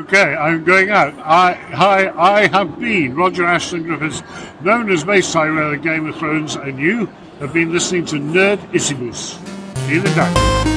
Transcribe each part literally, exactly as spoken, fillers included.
Okay, I'm going out. I, hi, I have been Roger Ashton Griffiths, known as Mace Tyrell in Game of Thrones, and you have been listening to Nerdissimus. Vielen Dank.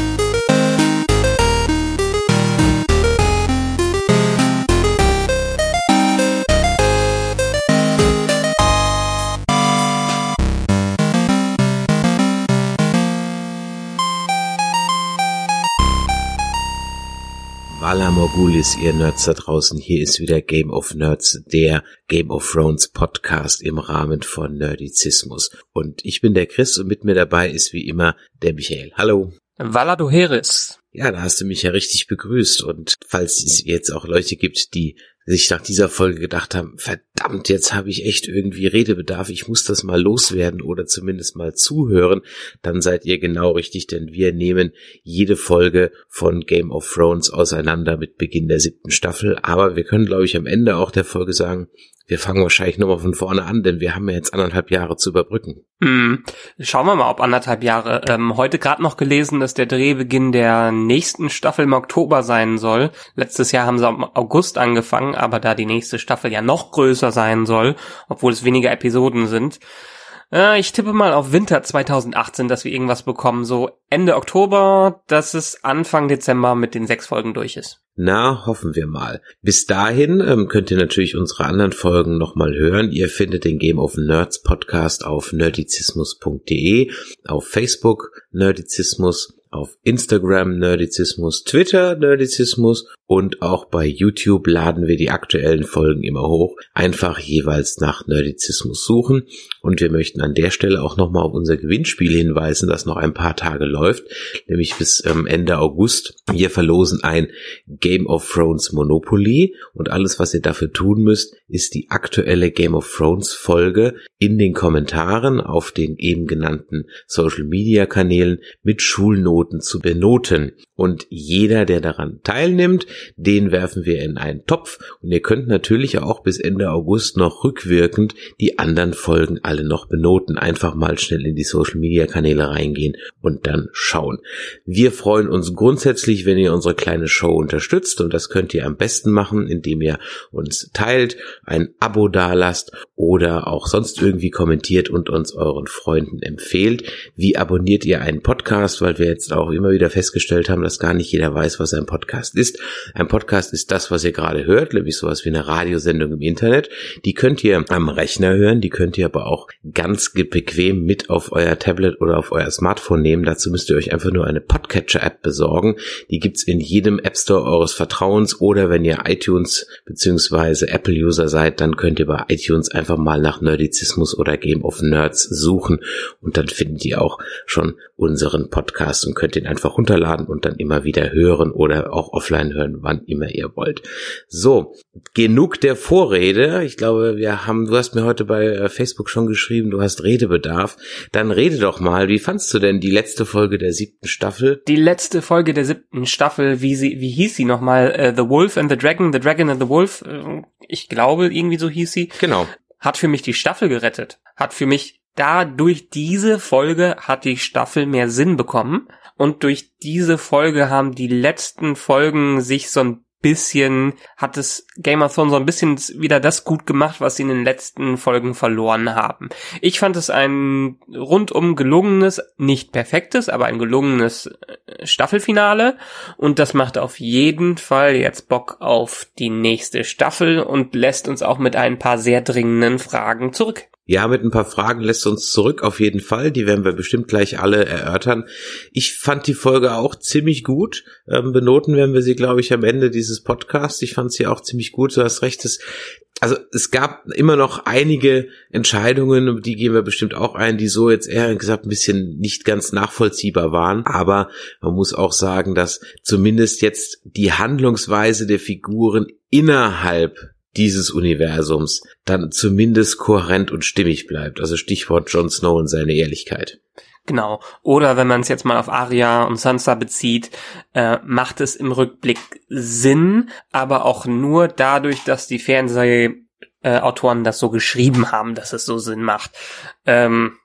Vala Morgulis, ihr Nerds da draußen, hier ist wieder Game of Nerds, der Game of Thrones Podcast im Rahmen von Nerdizismus. Und ich bin der Chris und mit mir dabei ist wie immer der Michael. Hallo. Vala Doheris. Ja, da hast du mich ja richtig begrüßt und falls es jetzt auch Leute gibt, die sich nach dieser Folge gedacht haben, verdammt, jetzt habe ich echt irgendwie Redebedarf, ich muss das mal loswerden oder zumindest mal zuhören, dann seid ihr genau richtig, denn wir nehmen jede Folge von Game of Thrones auseinander mit Beginn der siebten Staffel, aber wir können, glaube ich, am Ende auch der Folge sagen, wir fangen wahrscheinlich nochmal von vorne an, denn wir haben ja jetzt anderthalb Jahre zu überbrücken. Hm. Schauen wir mal, ob anderthalb Jahre. Ähm, heute gerade noch gelesen, dass der Drehbeginn der nächsten Staffel im Oktober sein soll. Letztes Jahr haben sie im August angefangen, aber da die nächste Staffel ja noch größer sein soll, obwohl es weniger Episoden sind. Äh, ich tippe mal auf Winter zweitausendachtzehn, dass wir irgendwas bekommen. So Ende Oktober, dass es Anfang Dezember mit den sechs Folgen durch ist. Na, hoffen wir mal. Bis dahin ähm, könnt ihr natürlich unsere anderen Folgen nochmal hören. Ihr findet den Game of Nerds Podcast auf nerdizismus punkt de, auf Facebook Nerdizismus, auf Instagram Nerdizismus, Twitter Nerdizismus und auch bei YouTube laden wir die aktuellen Folgen immer hoch. Einfach jeweils nach Nerdizismus suchen. Und wir möchten an der Stelle auch nochmal auf unser Gewinnspiel hinweisen, das noch ein paar Tage läuft, nämlich bis ähm, Ende August. Wir verlosen ein Game of Thrones Monopoly und alles, was ihr dafür tun müsst, ist die aktuelle Game of Thrones Folge in den Kommentaren auf den eben genannten Social Media Kanälen mit Schulnoten zu benoten. Und jeder, der daran teilnimmt, den werfen wir in einen Topf. Und ihr könnt natürlich auch bis Ende August noch rückwirkend die anderen Folgen alle noch benoten. Einfach mal schnell in die Social Media Kanäle reingehen und dann schauen. Wir freuen uns grundsätzlich, wenn ihr unsere kleine Show unterstützt. Und das könnt ihr am besten machen, indem ihr uns teilt, ein Abo dalasst oder auch sonst irgendwie kommentiert und uns euren Freunden empfehlt. Wie abonniert ihr einen Podcast? Weil wir jetzt auch immer wieder festgestellt haben, dass gar nicht jeder weiß, was ein Podcast ist. Ein Podcast ist das, was ihr gerade hört, nämlich sowas wie eine Radiosendung im Internet. Die könnt ihr am Rechner hören, die könnt ihr aber auch ganz bequem mit auf euer Tablet oder auf euer Smartphone nehmen. Dazu müsst ihr euch einfach nur eine Podcatcher-App besorgen. Die gibt's in jedem App Store eures Vertrauens oder wenn ihr iTunes bzw. Apple-User seid, dann könnt ihr bei iTunes einfach mal nach Nerdizismus oder Game of Nerds suchen und dann findet ihr auch schon unseren Podcast und könnt ihn einfach runterladen und dann immer wieder hören oder auch offline hören, wann immer ihr wollt. So, genug der Vorrede. Ich glaube, wir haben, du hast mir heute bei Facebook schon geschrieben, du hast Redebedarf. Dann rede doch mal, wie fandst du denn die letzte Folge der siebten Staffel? Die letzte Folge der siebten Staffel, wie sie, wie hieß sie nochmal? Uh, The Wolf and the Dragon, The Dragon and the Wolf. Ich glaube, irgendwie so hieß sie. Genau. Hat für mich die Staffel gerettet. Hat für mich da durch diese Folge hat die Staffel mehr Sinn bekommen. Und durch diese Folge haben die letzten Folgen sich so ein bisschen, hat es Game of Thrones so ein bisschen wieder das gut gemacht, was sie in den letzten Folgen verloren haben. Ich fand es ein rundum gelungenes, nicht perfektes, aber ein gelungenes Staffelfinale und das macht auf jeden Fall jetzt Bock auf die nächste Staffel und lässt uns auch mit ein paar sehr dringenden Fragen zurück. Ja, mit ein paar Fragen lässt uns zurück, auf jeden Fall. Die werden wir bestimmt gleich alle erörtern. Ich fand die Folge auch ziemlich gut. Ähm, benoten werden wir sie, glaube ich, am Ende dieses Podcasts. Ich fand sie auch ziemlich gut. Du hast recht, es, also es gab immer noch einige Entscheidungen, die gehen wir bestimmt auch ein, die so jetzt eher gesagt ein bisschen nicht ganz nachvollziehbar waren. Aber man muss auch sagen, dass zumindest jetzt die Handlungsweise der Figuren innerhalb dieses Universums dann zumindest kohärent und stimmig bleibt. Also Stichwort Jon Snow und seine Ehrlichkeit. Genau. Oder wenn man es jetzt mal auf Arya und Sansa bezieht, äh, macht es im Rückblick Sinn, aber auch nur dadurch, dass die Fernsehautoren das so geschrieben haben, dass es so Sinn macht. Ähm, ja,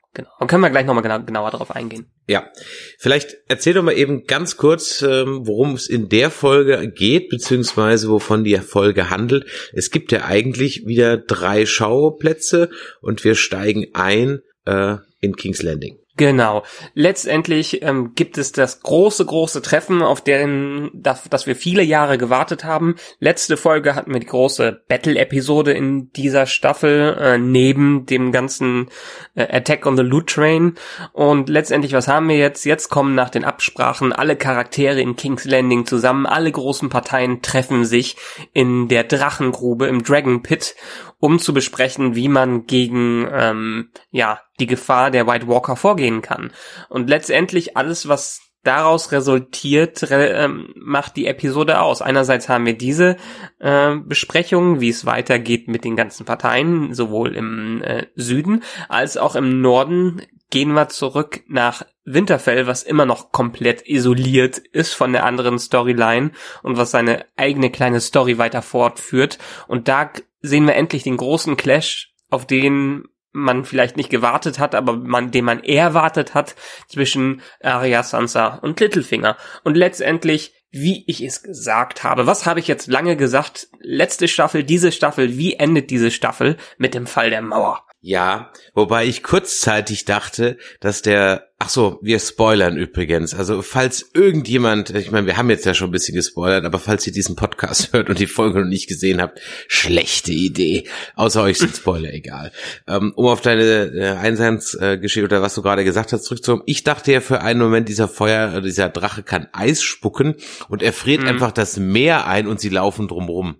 genau. Dann können wir gleich nochmal genau, genauer darauf eingehen. Ja, vielleicht erzähl doch mal eben ganz kurz, ähm, worum es in der Folge geht, beziehungsweise wovon die Folge handelt. Es gibt ja eigentlich wieder drei Schauplätze und wir steigen ein äh, in King's Landing. Genau. Letztendlich ähm, gibt es das große, große Treffen, auf den, das, das wir viele Jahre gewartet haben. Letzte Folge hatten wir die große Battle-Episode in dieser Staffel, äh, neben dem ganzen äh, Attack on the Loot Train. Und letztendlich, was haben wir jetzt? Jetzt kommen nach den Absprachen alle Charaktere in King's Landing zusammen. Alle großen Parteien treffen sich in der Drachengrube, im Dragon Pit, um zu besprechen, wie man gegen ähm, ja die Gefahr der White Walker vorgehen kann. Und letztendlich alles, was daraus resultiert, re- ähm, macht die Episode aus. Einerseits haben wir diese äh, Besprechung, wie es weitergeht mit den ganzen Parteien, sowohl im äh, Süden als auch im Norden. Gehen wir zurück nach Winterfell, was immer noch komplett isoliert ist von der anderen Storyline und was seine eigene kleine Story weiter fortführt. Und da sehen wir endlich den großen Clash, auf den man vielleicht nicht gewartet hat, aber man, den man erwartet hat, zwischen Arya, Sansa und Littlefinger. Und letztendlich, wie ich es gesagt habe, was habe ich jetzt lange gesagt? Letzte Staffel, diese Staffel, wie endet diese Staffel mit dem Fall der Mauer? Ja, wobei ich kurzzeitig dachte, dass der, ach so, wir spoilern übrigens, also falls irgendjemand, ich meine, wir haben jetzt ja schon ein bisschen gespoilert, aber falls ihr diesen Podcast hört und die Folge noch nicht gesehen habt, schlechte Idee, außer euch sind Spoiler egal. Ähm, um auf deine äh, Einsatzgeschichte oder was du gerade gesagt hast zurückzukommen, ich dachte ja für einen Moment, dieser Feuer, dieser Drache kann Eis spucken und er friert mhm. einfach das Meer ein und sie laufen drumrum.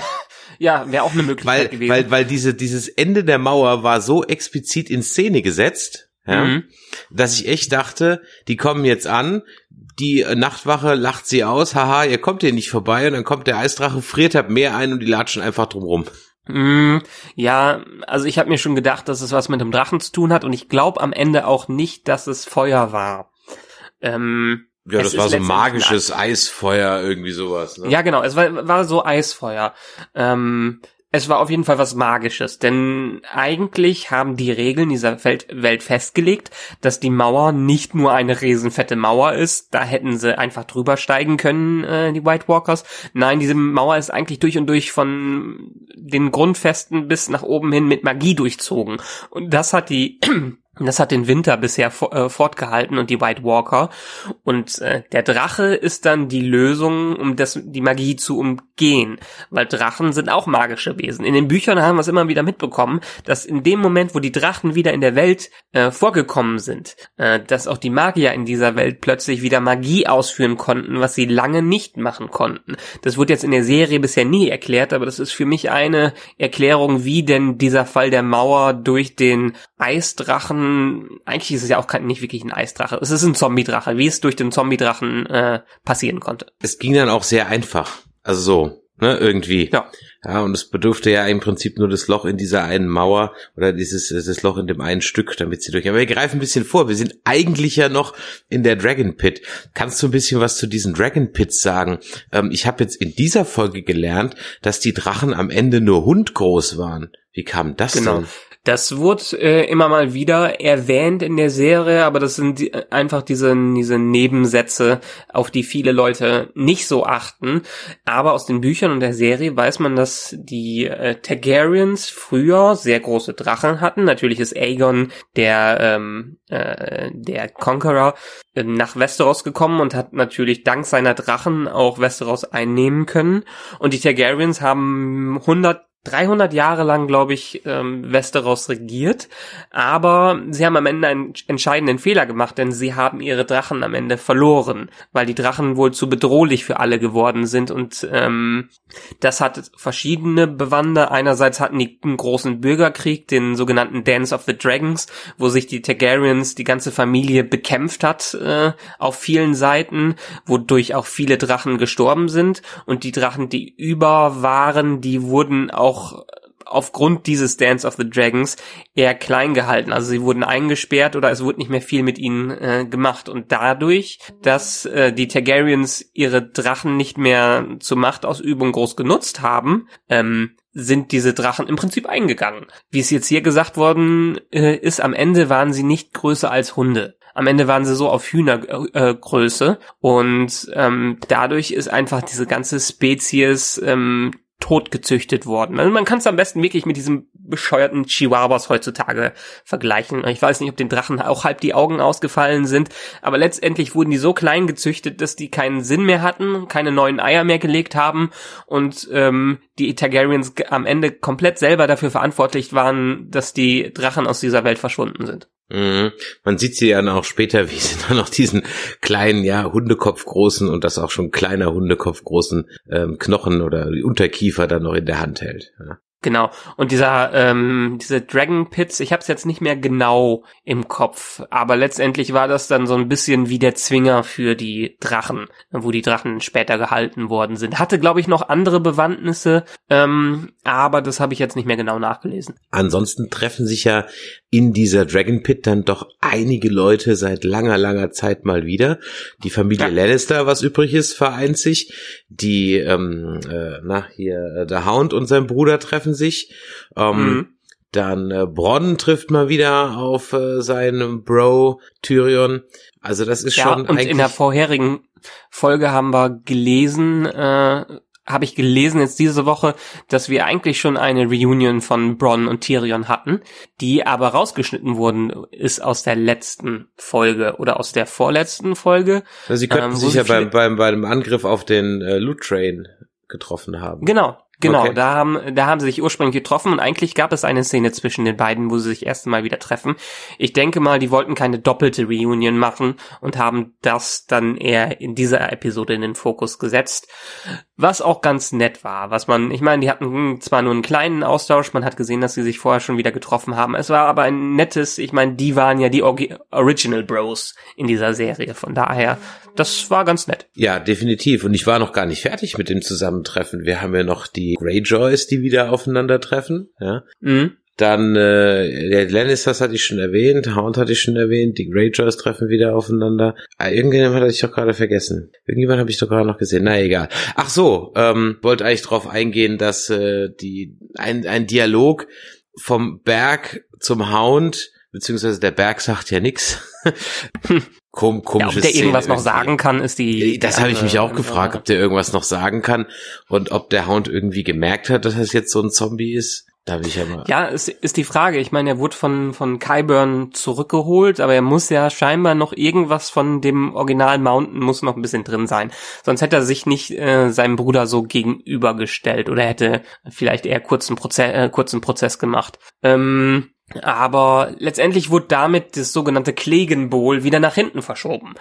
Ja, wäre auch eine Möglichkeit weil, gewesen. Weil, weil diese, dieses Ende der Mauer war so explizit in Szene gesetzt, ja, mhm. dass ich echt dachte, die kommen jetzt an, die Nachtwache lacht sie aus, haha, ihr kommt hier nicht vorbei, und dann kommt der Eisdrache, friert halt Meer ein und die latschen einfach drum rum. Mm, ja, also ich habe mir schon gedacht, dass es was mit dem Drachen zu tun hat, und ich glaube am Ende auch nicht, dass es Feuer war. Ähm... Ja, das war so magisches Eisfeuer, irgendwie sowas. Ne? Ja, genau, es war, war so Eisfeuer. Ähm, es war auf jeden Fall was Magisches, denn eigentlich haben die Regeln dieser Welt festgelegt, dass die Mauer nicht nur eine riesenfette Mauer ist, da hätten sie einfach drüber steigen können, äh, die White Walkers. Nein, diese Mauer ist eigentlich durch und durch von den Grundfesten bis nach oben hin mit Magie durchzogen. Und das hat die... Das hat den Winter bisher äh, fortgehalten und die White Walker. Und äh, der Drache ist dann die Lösung, um das, die Magie zu umgehen. Weil Drachen sind auch magische Wesen. In den Büchern haben wir es immer wieder mitbekommen, dass in dem Moment, wo die Drachen wieder in der Welt äh, vorgekommen sind, äh, dass auch die Magier in dieser Welt plötzlich wieder Magie ausführen konnten, was sie lange nicht machen konnten. Das wurde jetzt in der Serie bisher nie erklärt, aber das ist für mich eine Erklärung, wie denn dieser Fall der Mauer durch den Eisdrachen, eigentlich ist es ja auch kein, nicht wirklich ein Eisdrache, es ist ein Zombie-Drache, wie es durch den Zombie-Drachen äh, passieren konnte. Es ging dann auch sehr einfach, also so, ne, irgendwie. Ja. Ja, und es bedurfte ja im Prinzip nur das Loch in dieser einen Mauer oder dieses das Loch in dem einen Stück, damit sie durch. Aber wir greifen ein bisschen vor. Wir sind eigentlich ja noch in der Dragon Pit. Kannst du ein bisschen was zu diesen Dragon Pits sagen? Ähm, ich habe jetzt in dieser Folge gelernt, dass die Drachen am Ende nur hundgroß waren. Wie kam das genau. denn? Das wurde äh, immer mal wieder erwähnt in der Serie, aber das sind die, einfach diese, diese Nebensätze, auf die viele Leute nicht so achten. Aber aus den Büchern und der Serie weiß man, dass die äh, Targaryens früher sehr große Drachen hatten. Natürlich ist Aegon, der ähm, äh, der Conqueror, äh, nach Westeros gekommen und hat natürlich dank seiner Drachen auch Westeros einnehmen können. Und die Targaryens haben hundert dreihundert Jahre lang, glaube ich, ähm, Westeros regiert, aber sie haben am Ende einen entscheidenden Fehler gemacht, denn sie haben ihre Drachen am Ende verloren, weil die Drachen wohl zu bedrohlich für alle geworden sind, und ähm, das hat verschiedene Bewandte. Einerseits hatten die einen großen Bürgerkrieg, den sogenannten Dance of the Dragons, wo sich die Targaryens, die ganze Familie, bekämpft hat äh, auf vielen Seiten, wodurch auch viele Drachen gestorben sind, und die Drachen, die über waren, die wurden auch aufgrund dieses Dance of the Dragons eher klein gehalten. Also sie wurden eingesperrt oder es wurde nicht mehr viel mit ihnen äh, gemacht. Und dadurch, dass äh, die Targaryens ihre Drachen nicht mehr zur Machtausübung groß genutzt haben, ähm, sind diese Drachen im Prinzip eingegangen. Wie es jetzt hier gesagt worden äh, ist, am Ende waren sie nicht größer als Hunde. Am Ende waren sie so auf Hühnergröße äh, und ähm, dadurch ist einfach diese ganze Spezies ähm, totgezüchtet worden. Also man kann es am besten wirklich mit diesem bescheuerten Chihuahuas heutzutage vergleichen. Ich weiß nicht, ob den Drachen auch halb die Augen ausgefallen sind, aber letztendlich wurden die so klein gezüchtet, dass die keinen Sinn mehr hatten, keine neuen Eier mehr gelegt haben und ähm, die Targaryens am Ende komplett selber dafür verantwortlich waren, dass die Drachen aus dieser Welt verschwunden sind. Mhm. Man sieht sie dann auch später, wie sie dann noch diesen kleinen, ja, Hundekopf großen und das auch schon kleiner Hundekopf großen ähm, Knochen oder Unterkiefer dann noch in der Hand hält. Ja. Genau. Und dieser, ähm, diese Dragon Pits, ich habe es jetzt nicht mehr genau im Kopf, aber letztendlich war das dann so ein bisschen wie der Zwinger für die Drachen, wo die Drachen später gehalten worden sind. Hatte, glaube ich, noch andere Bewandtnisse, ähm, aber das habe ich jetzt nicht mehr genau nachgelesen. Ansonsten treffen sich ja in dieser Dragon Pit dann doch einige Leute seit langer, langer Zeit mal wieder. Die Familie ja. Lannister, was übrig ist, vereint sich. Die, ähm, äh, na, hier, äh, der Hound und sein Bruder treffen sich. Ähm, mhm. Dann äh, Bronn trifft mal wieder auf äh, seinen Bro Tyrion. Also das ist ja, schon und eigentlich... in der vorherigen Folge haben wir gelesen, äh, habe ich gelesen jetzt diese Woche, dass wir eigentlich schon eine Reunion von Bronn und Tyrion hatten, die aber rausgeschnitten worden ist aus der letzten Folge oder aus der vorletzten Folge. Also sie könnten ähm, sich ja beim, beim, beim Angriff auf den äh, Loot Train getroffen haben. Genau. Genau, okay. da haben da haben sie sich ursprünglich getroffen und eigentlich gab es eine Szene zwischen den beiden, wo sie sich erst mal wieder treffen. Ich denke mal, die wollten keine doppelte Reunion machen und haben das dann eher in dieser Episode in den Fokus gesetzt, was auch ganz nett war. Was man, ich meine, die hatten zwar nur einen kleinen Austausch, man hat gesehen, dass sie sich vorher schon wieder getroffen haben. Es war aber ein nettes, ich meine, die waren ja die Orgi- Original Bros in dieser Serie, von daher, das war ganz nett. Ja, definitiv. Und ich war noch gar nicht fertig mit dem Zusammentreffen. Wir haben ja noch die Greyjoys, die wieder aufeinandertreffen. Ja. Mhm. Dann, äh, der Lannisters hatte ich schon erwähnt, Hound hatte ich schon erwähnt, die Greyjoys treffen wieder aufeinander. Ah, irgendjemand hatte ich doch gerade vergessen. Irgendjemand habe ich doch gerade noch gesehen. Na, egal. Ach so, ähm, wollte eigentlich drauf eingehen, dass äh, die ein, ein Dialog vom Berg zum Hound, beziehungsweise der Berg sagt ja nix. Kom- ja, ob der irgendwas noch sagen kann, ist die... Das habe ich mich auch gefragt, ob der irgendwas noch sagen kann und ob der Hound irgendwie gemerkt hat, dass es jetzt so ein Zombie ist. Da bin ich ja mal. Ja, ist, ist die Frage. Ich meine, er wurde von von Qyburn zurückgeholt, aber er muss ja scheinbar noch irgendwas von dem Original Mountain muss noch ein bisschen drin sein. Sonst hätte er sich nicht äh, seinem Bruder so gegenübergestellt oder hätte vielleicht eher kurzen Prozess, äh, kurzen Prozess gemacht. Ähm, aber letztendlich wurde damit das sogenannte Clegane Bowl wieder nach hinten verschoben,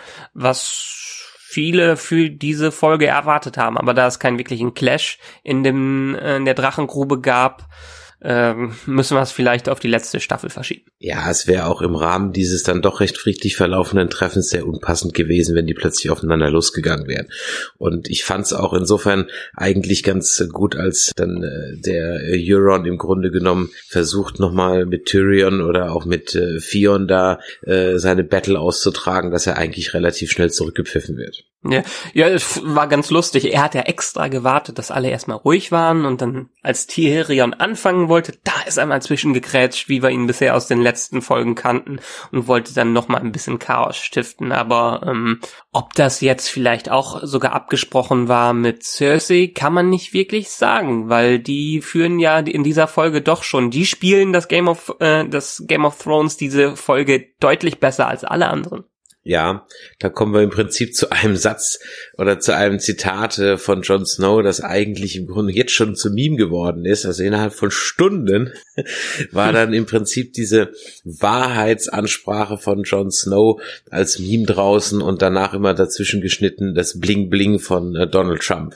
was viele für diese Folge erwartet haben. Aber da es keinen wirklichen Clash in dem äh, in der Drachengrube gab, ähm, müssen wir es vielleicht auf die letzte Staffel verschieben. Ja, es wäre auch im Rahmen dieses dann doch recht friedlich verlaufenden Treffens sehr unpassend gewesen, wenn die plötzlich aufeinander losgegangen wären. Und ich fand es auch insofern eigentlich ganz gut, als dann äh, der Euron im Grunde genommen versucht, nochmal mit Tyrion oder auch mit äh, Theon da äh, seine Battle auszutragen, dass er eigentlich relativ schnell zurückgepfiffen wird. Ja, ja, es war ganz lustig. Er hat ja extra gewartet, dass alle erstmal ruhig waren und dann, als Tyrion anfangen wollte, da ist einmal zwischengekrätscht, wie wir ihn bisher aus den letzten Folgen kannten und wollte dann nochmal ein bisschen Chaos stiften. Aber ähm, ob das jetzt vielleicht auch sogar abgesprochen war mit Cersei, kann man nicht wirklich sagen, weil die führen ja in dieser Folge doch schon, die spielen das Game of äh, das Game of Thrones diese Folge deutlich besser als alle anderen. Ja, da kommen wir im Prinzip zu einem Satz oder zu einem Zitat von Jon Snow, das eigentlich im Grunde jetzt schon zu Meme geworden ist. Also innerhalb von Stunden war dann im Prinzip diese Wahrheitsansprache von Jon Snow als Meme draußen und danach immer dazwischen geschnitten das Bling Bling von äh, Donald Trump.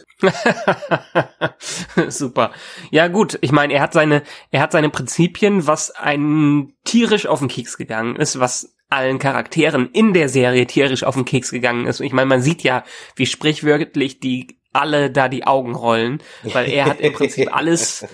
Super. Ja gut, ich meine, er hat seine, er hat seine Prinzipien, was einen tierisch auf den Keks gegangen ist, was allen Charakteren in der Serie tierisch auf den Keks gegangen ist. Und ich meine, man sieht ja, wie sprichwörtlich die alle da die Augen rollen, weil er hat im Prinzip alles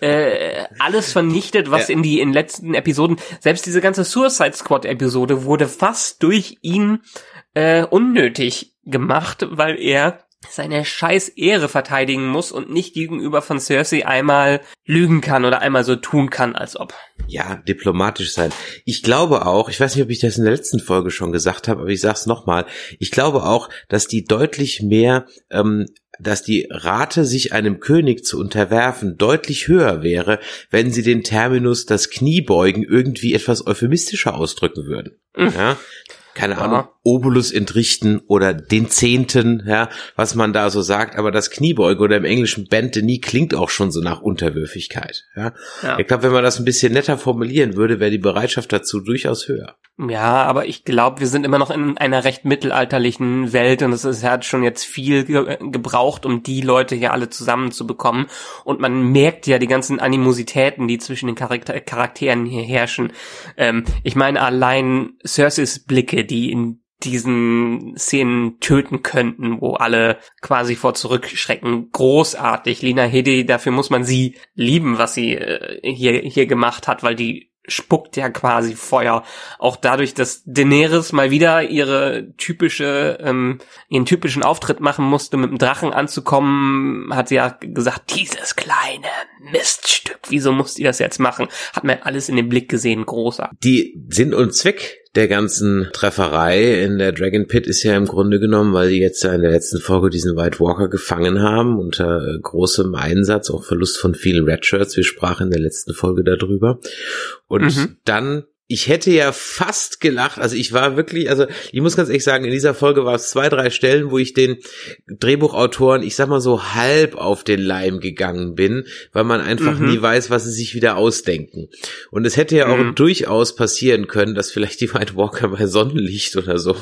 äh, alles vernichtet, was ja. in die in letzten Episoden, selbst diese ganze Suicide Squad Episode wurde fast durch ihn äh, unnötig gemacht, weil er seine scheiß Ehre verteidigen muss und nicht gegenüber von Cersei einmal lügen kann oder einmal so tun kann, als ob. Ja, diplomatisch sein. Ich glaube auch, ich weiß nicht, ob ich das in der letzten Folge schon gesagt habe, aber ich sag's nochmal, ich glaube auch, dass die deutlich mehr, ähm, dass die Rate, sich einem König zu unterwerfen, deutlich höher wäre, wenn sie den Terminus das Kniebeugen irgendwie etwas euphemistischer ausdrücken würden. Mhm. Ja? Keine ja. Ahnung, Obolus entrichten oder den Zehnten, ja, was man da so sagt, aber das Kniebeugen oder im Englischen Bend the Knee klingt auch schon so nach Unterwürfigkeit, ja. ja. Ich glaube, wenn man das ein bisschen netter formulieren würde, wäre die Bereitschaft dazu durchaus höher. Ja, aber ich glaube, wir sind immer noch in einer recht mittelalterlichen Welt und es ist, hat schon jetzt viel ge- gebraucht, um die Leute hier alle zusammenzubekommen und man merkt ja die ganzen Animositäten, die zwischen den Charakter- Charakteren hier herrschen. Ähm, ich meine, allein Cerseis Blicke, die in diesen Szenen töten könnten, wo alle quasi vor zurückschrecken. Großartig. Lena Headey, dafür muss man sie lieben, was sie äh, hier hier gemacht hat, weil die spuckt ja quasi Feuer. Auch dadurch, dass Daenerys mal wieder ihre typische, ähm, ihren typischen Auftritt machen musste, mit dem Drachen anzukommen, hat sie ja gesagt, dieses kleine Miststück, wieso musst ihr das jetzt machen? Hat man alles in den Blick gesehen, großartig. Die Sinn und Zweck der ganzen Trefferei in der Dragon Pit ist ja im Grunde genommen, weil die jetzt in der letzten Folge diesen White Walker gefangen haben, unter großem Einsatz, auch Verlust von vielen Redshirts. Wir sprachen in der letzten Folge darüber. Und mhm. dann, ich hätte ja fast gelacht, also ich war wirklich, also ich muss ganz ehrlich sagen, in dieser Folge war es zwei, drei Stellen, wo ich den Drehbuchautoren, ich sag mal so halb auf den Leim gegangen bin, weil man einfach mhm. nie weiß, was sie sich wieder ausdenken. Und es hätte ja auch mhm. durchaus passieren können, dass vielleicht die White Walker bei Sonnenlicht oder so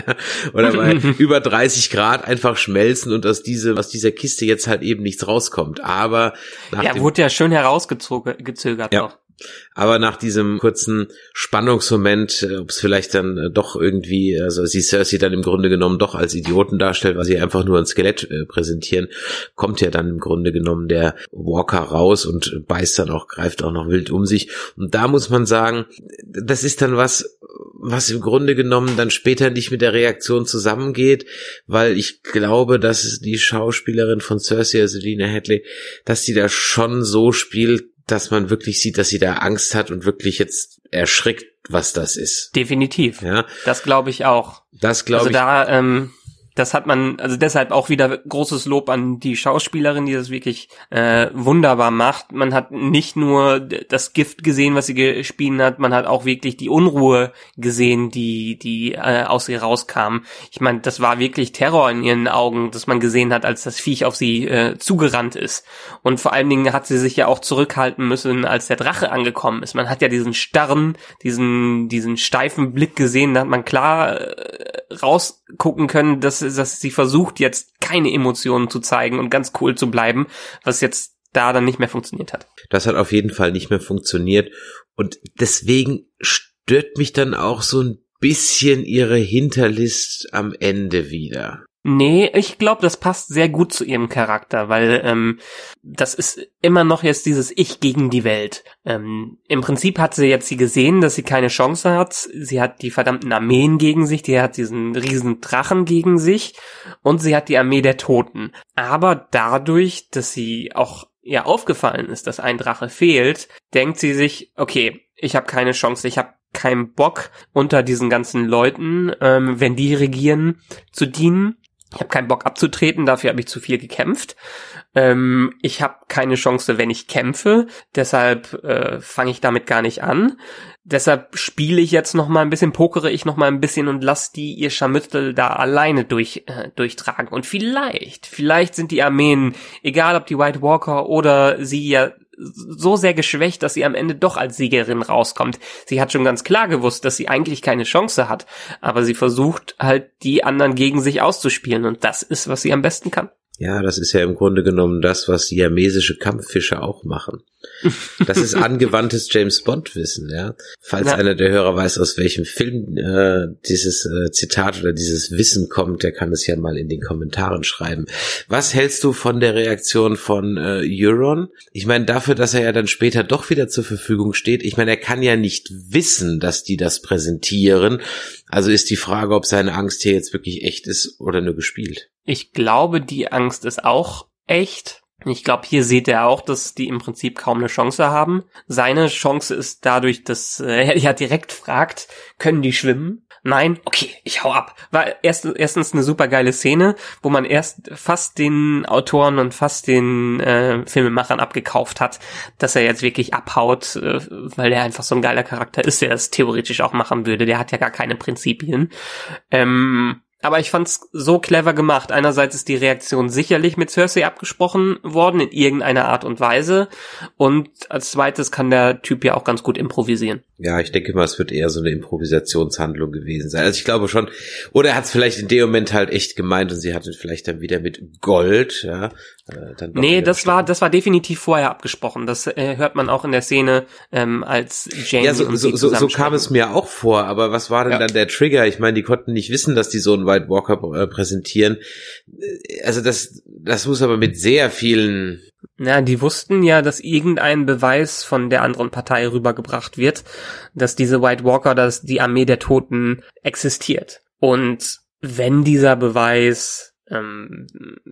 oder bei über dreißig Grad einfach schmelzen und aus diese, aus dieser Kiste jetzt halt eben nichts rauskommt. Aber nach ja, dem, wurde ja schön herausgezögert ja. noch. Aber nach diesem kurzen Spannungsmoment, ob es vielleicht dann äh, doch irgendwie, also sie Cersei dann im Grunde genommen doch als Idioten darstellt, weil sie einfach nur ein Skelett äh, präsentieren, kommt ja dann im Grunde genommen der Walker raus und beißt dann auch, greift auch noch wild um sich. Und da muss man sagen, das ist dann was, was im Grunde genommen dann später nicht mit der Reaktion zusammengeht, weil ich glaube, dass die Schauspielerin von Cersei, also Lena Headey, dass sie da schon so spielt, dass man wirklich sieht, dass sie da Angst hat und wirklich jetzt erschrickt, was das ist. Definitiv. Ja. Das glaube ich auch. Das glaube also ich. Also da, ähm, das hat man, also deshalb auch wieder großes Lob an die Schauspielerin, die das wirklich äh, wunderbar macht. Man hat nicht nur das Gift gesehen, was sie gespielt hat, man hat auch wirklich die Unruhe gesehen, die die äh, aus ihr rauskam. Ich meine, das war wirklich Terror in ihren Augen, dass man gesehen hat, als das Viech auf sie äh, zugerannt ist. Und vor allen Dingen hat sie sich ja auch zurückhalten müssen, als der Drache angekommen ist. Man hat ja diesen starren, diesen diesen steifen Blick gesehen, da hat man klar äh, rausgucken können, dass dass sie versucht, jetzt keine Emotionen zu zeigen und ganz cool zu bleiben, was jetzt da dann nicht mehr funktioniert hat. Das hat auf jeden Fall nicht mehr funktioniert und deswegen stört mich dann auch so ein bisschen ihre Hinterlist am Ende wieder. Nee, ich glaube, das passt sehr gut zu ihrem Charakter, weil ähm, das ist immer noch jetzt dieses Ich gegen die Welt. Ähm, im Prinzip hat sie jetzt sie gesehen, dass sie keine Chance hat. Sie hat die verdammten Armeen gegen sich, die hat diesen riesen Drachen gegen sich und sie hat die Armee der Toten. Aber dadurch, dass sie auch ihr aufgefallen ist, dass ein Drache fehlt, denkt sie sich, okay, ich habe keine Chance, ich habe keinen Bock, unter diesen ganzen Leuten, ähm, wenn die regieren, zu dienen. Ich habe keinen Bock abzutreten, dafür habe ich zu viel gekämpft. Ähm, ich habe keine Chance, wenn ich kämpfe, deshalb äh, fange ich damit gar nicht an. Deshalb spiele ich jetzt noch mal ein bisschen, pokere ich noch mal ein bisschen und lass die ihr Scharmützel da alleine durch äh, durchtragen. Und vielleicht, vielleicht sind die Armeen, egal ob die White Walker oder sie ja so sehr geschwächt, dass sie am Ende doch als Siegerin rauskommt. Sie hat schon ganz klar gewusst, dass sie eigentlich keine Chance hat, aber sie versucht halt, die anderen gegen sich auszuspielen und das ist, was sie am besten kann. Ja, das ist ja im Grunde genommen das, was siamesische Kampffische auch machen. Das ist angewandtes James-Bond-Wissen, ja. Falls ja. einer der Hörer weiß, aus welchem Film äh, dieses äh, Zitat oder dieses Wissen kommt, der kann es ja mal in den Kommentaren schreiben. Was hältst du von der Reaktion von äh, Euron? Ich meine, dafür, dass er ja dann später doch wieder zur Verfügung steht, ich meine, er kann ja nicht wissen, dass die das präsentieren. Also ist die Frage, ob seine Angst hier jetzt wirklich echt ist oder nur gespielt. Ich glaube, die Angst ist auch echt. Ich glaube, hier sieht er auch, dass die im Prinzip kaum eine Chance haben. Seine Chance ist dadurch, dass äh, er ja direkt fragt, können die schwimmen? Nein, okay, ich hau ab. War erst, erstens eine super geile Szene, wo man erst fast den Autoren und fast den äh, Filmemachern abgekauft hat, dass er jetzt wirklich abhaut, äh, weil er einfach so ein geiler Charakter ist, der das theoretisch auch machen würde. Der hat ja gar keine Prinzipien. Ähm... Aber ich fand's so clever gemacht. Einerseits ist die Reaktion sicherlich mit Cersei abgesprochen worden, in irgendeiner Art und Weise. Und als zweites kann der Typ ja auch ganz gut improvisieren. Ja, ich denke mal, es wird eher so eine Improvisationshandlung gewesen sein. Also ich glaube schon, oder er hat es vielleicht in dem Moment halt echt gemeint und sie hat ihn vielleicht dann wieder mit Gold, ja. Äh, dann nee, das war das war definitiv vorher abgesprochen. Das äh, hört man auch in der Szene, ähm, als Jamie ja, so, und sie so, so, so kam es mir auch vor. Aber was war denn ja. dann der Trigger? Ich meine, die konnten nicht wissen, dass die so einen White Walker äh, präsentieren. Also das, das muss aber mit sehr vielen... Ja, die wussten ja, dass irgendein Beweis von der anderen Partei rübergebracht wird, dass diese White Walker, dass die Armee der Toten existiert. Und wenn dieser Beweis, ähm,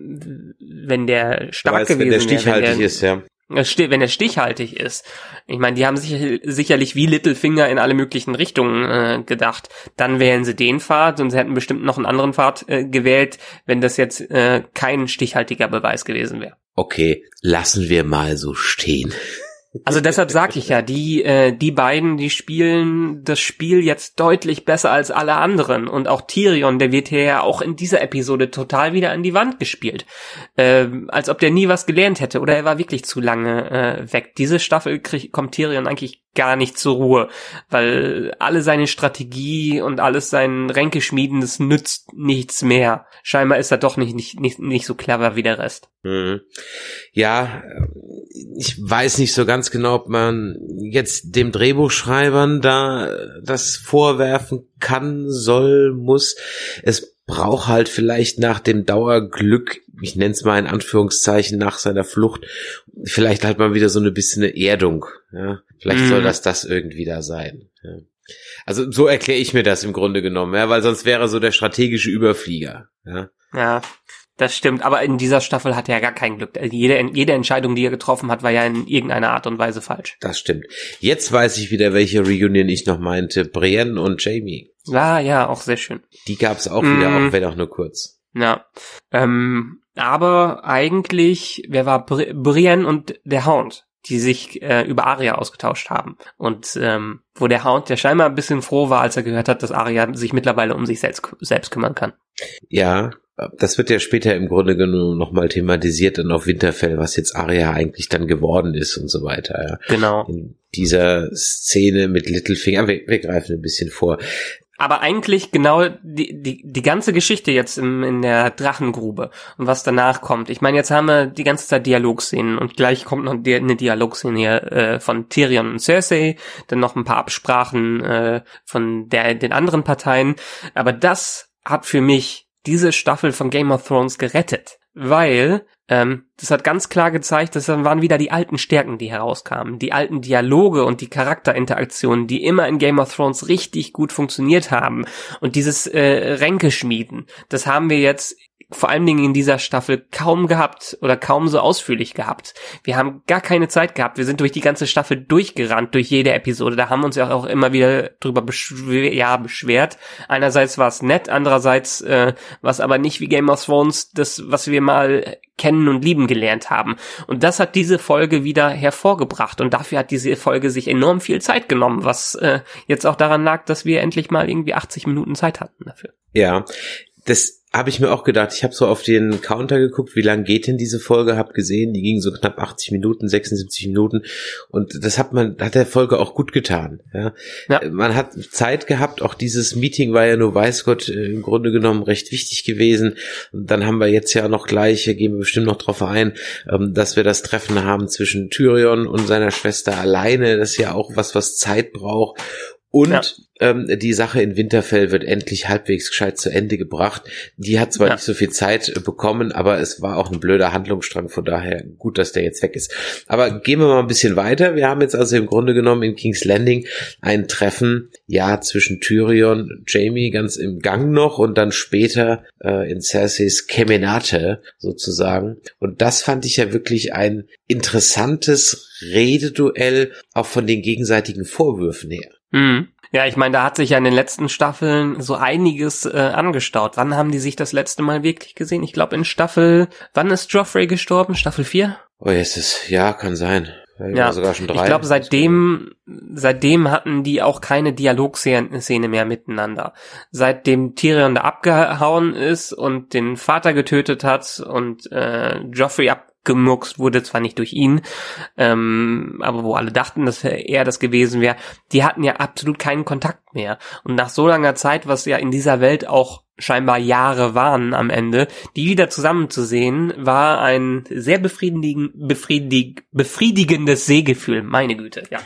wenn der stark Beweis, gewesen wenn der stichhaltig wäre, wenn der, ist, ja. wenn er stichhaltig ist. Ich meine, die haben sich sicherlich wie Littlefinger in alle möglichen Richtungen äh, gedacht. Dann wählen sie den Pfad und sie hätten bestimmt noch einen anderen Pfad äh, gewählt, wenn das jetzt äh, kein stichhaltiger Beweis gewesen wäre. Okay, lassen wir mal so stehen. Also deshalb sag ich ja, die äh, die beiden, die spielen das Spiel jetzt deutlich besser als alle anderen. Und auch Tyrion, der wird hier ja auch in dieser Episode total wieder an die Wand gespielt. Ähm, als ob der nie was gelernt hätte oder er war wirklich zu lange äh, weg. Diese Staffel krieg, kommt Tyrion eigentlich gar nicht zur Ruhe, weil alle seine Strategie und alles sein Ränkeschmieden, das nützt nichts mehr. Scheinbar ist er doch nicht nicht nicht, nicht so clever wie der Rest. Mhm. Ja, ich weiß nicht so ganz genau, ob man jetzt dem Drehbuchschreibern da das vorwerfen kann, soll, muss. Es braucht halt vielleicht nach dem Dauerglück, ich nenne es mal in Anführungszeichen, nach seiner Flucht, vielleicht halt mal wieder so eine bisschen eine Erdung. Ja? Vielleicht mhm. soll das das irgendwie da sein. Ja. Also so erkläre ich mir das im Grunde genommen, ja, weil sonst wäre so der strategische Überflieger. Ja. Ja. Das stimmt, aber in dieser Staffel hat er ja gar kein Glück. Jede, jede Entscheidung, die er getroffen hat, war ja in irgendeiner Art und Weise falsch. Das stimmt. Jetzt weiß ich wieder, welche Reunion ich noch meinte. Brienne und Jaime. Ah, ja, auch sehr schön. Die gab's auch wieder, mm. auch wenn auch nur kurz. Ja, ähm, aber eigentlich, wer war Bri- Brienne und der Hound, die sich äh, über Arya ausgetauscht haben. Und ähm, wo der Hound, der scheinbar ein bisschen froh war, als er gehört hat, dass Arya sich mittlerweile um sich selbst, selbst kümmern kann. Ja, das wird ja später im Grunde genommen nochmal thematisiert dann auf Winterfell, was jetzt Arya eigentlich dann geworden ist und so weiter. Ja. Genau. In dieser Szene mit Littlefinger, wir, wir greifen ein bisschen vor. Aber eigentlich genau die die die ganze Geschichte jetzt im, in der Drachengrube und was danach kommt. Ich meine, jetzt haben wir die ganze Zeit Dialogszenen und gleich kommt noch die, eine Dialogszene hier äh, von Tyrion und Cersei, dann noch ein paar Absprachen äh, von der den anderen Parteien. Aber das hat für mich diese Staffel von Game of Thrones gerettet, weil ähm, das hat ganz klar gezeigt, dass dann waren wieder die alten Stärken, die herauskamen, die alten Dialoge und die Charakterinteraktionen, die immer in Game of Thrones richtig gut funktioniert haben und dieses äh, Ränkeschmieden, das haben wir jetzt vor allen Dingen in dieser Staffel kaum gehabt oder kaum so ausführlich gehabt. Wir haben gar keine Zeit gehabt. Wir sind durch die ganze Staffel durchgerannt, durch jede Episode. Da haben wir uns ja auch immer wieder drüber beschwer- ja, beschwert. Einerseits war es nett, andererseits äh, war es aber nicht wie Game of Thrones, das, was wir mal kennen und lieben gelernt haben. Und das hat diese Folge wieder hervorgebracht. Und dafür hat diese Folge sich enorm viel Zeit genommen, was äh, jetzt auch daran lag, dass wir endlich mal irgendwie achtzig Minuten Zeit hatten dafür. Ja, das habe ich mir auch gedacht, ich habe so auf den Counter geguckt, wie lang geht denn diese Folge, hab gesehen, die ging so knapp achtzig Minuten, sechsundsiebzig Minuten und das hat man, hat der Folge auch gut getan. Ja. Ja. Man hat Zeit gehabt, auch dieses Meeting war ja nur, weiß Gott, im Grunde genommen recht wichtig gewesen und dann haben wir jetzt ja noch gleich, gehen wir bestimmt noch drauf ein, dass wir das Treffen haben zwischen Tyrion und seiner Schwester alleine, das ist ja auch was, was Zeit braucht. Und ja. ähm, die Sache in Winterfell wird endlich halbwegs gescheit zu Ende gebracht. Die hat zwar ja. nicht so viel Zeit äh, bekommen, aber es war auch ein blöder Handlungsstrang, von daher gut, dass der jetzt weg ist. Aber gehen wir mal ein bisschen weiter. Wir haben jetzt also im Grunde genommen in King's Landing ein Treffen, ja, zwischen Tyrion und Jaime ganz im Gang noch und dann später äh, in Cerseis Kemenate sozusagen. Und das fand ich ja wirklich ein interessantes Rededuell, auch von den gegenseitigen Vorwürfen her. Mhm. Ja, ich meine, da hat sich ja in den letzten Staffeln so einiges äh, angestaut. Wann haben die sich das letzte Mal wirklich gesehen? Ich glaube in Staffel, wann ist Joffrey gestorben? Staffel vier? Oh, jetzt ist, ja, kann sein. Ich ja, sogar schon drei. Ich glaube, seitdem, seitdem hatten die auch keine Dialogszene mehr miteinander. Seitdem Tyrion da abgehauen ist und den Vater getötet hat und äh, Joffrey ab gemurkst wurde, zwar nicht durch ihn, ähm, aber wo alle dachten, dass er das gewesen wäre, die hatten ja absolut keinen Kontakt mehr. Und nach so langer Zeit, was ja in dieser Welt auch scheinbar Jahre waren am Ende, die wieder zusammenzusehen, war ein sehr befriedigen, befriedig, befriedigendes Sehgefühl, meine Güte, ja.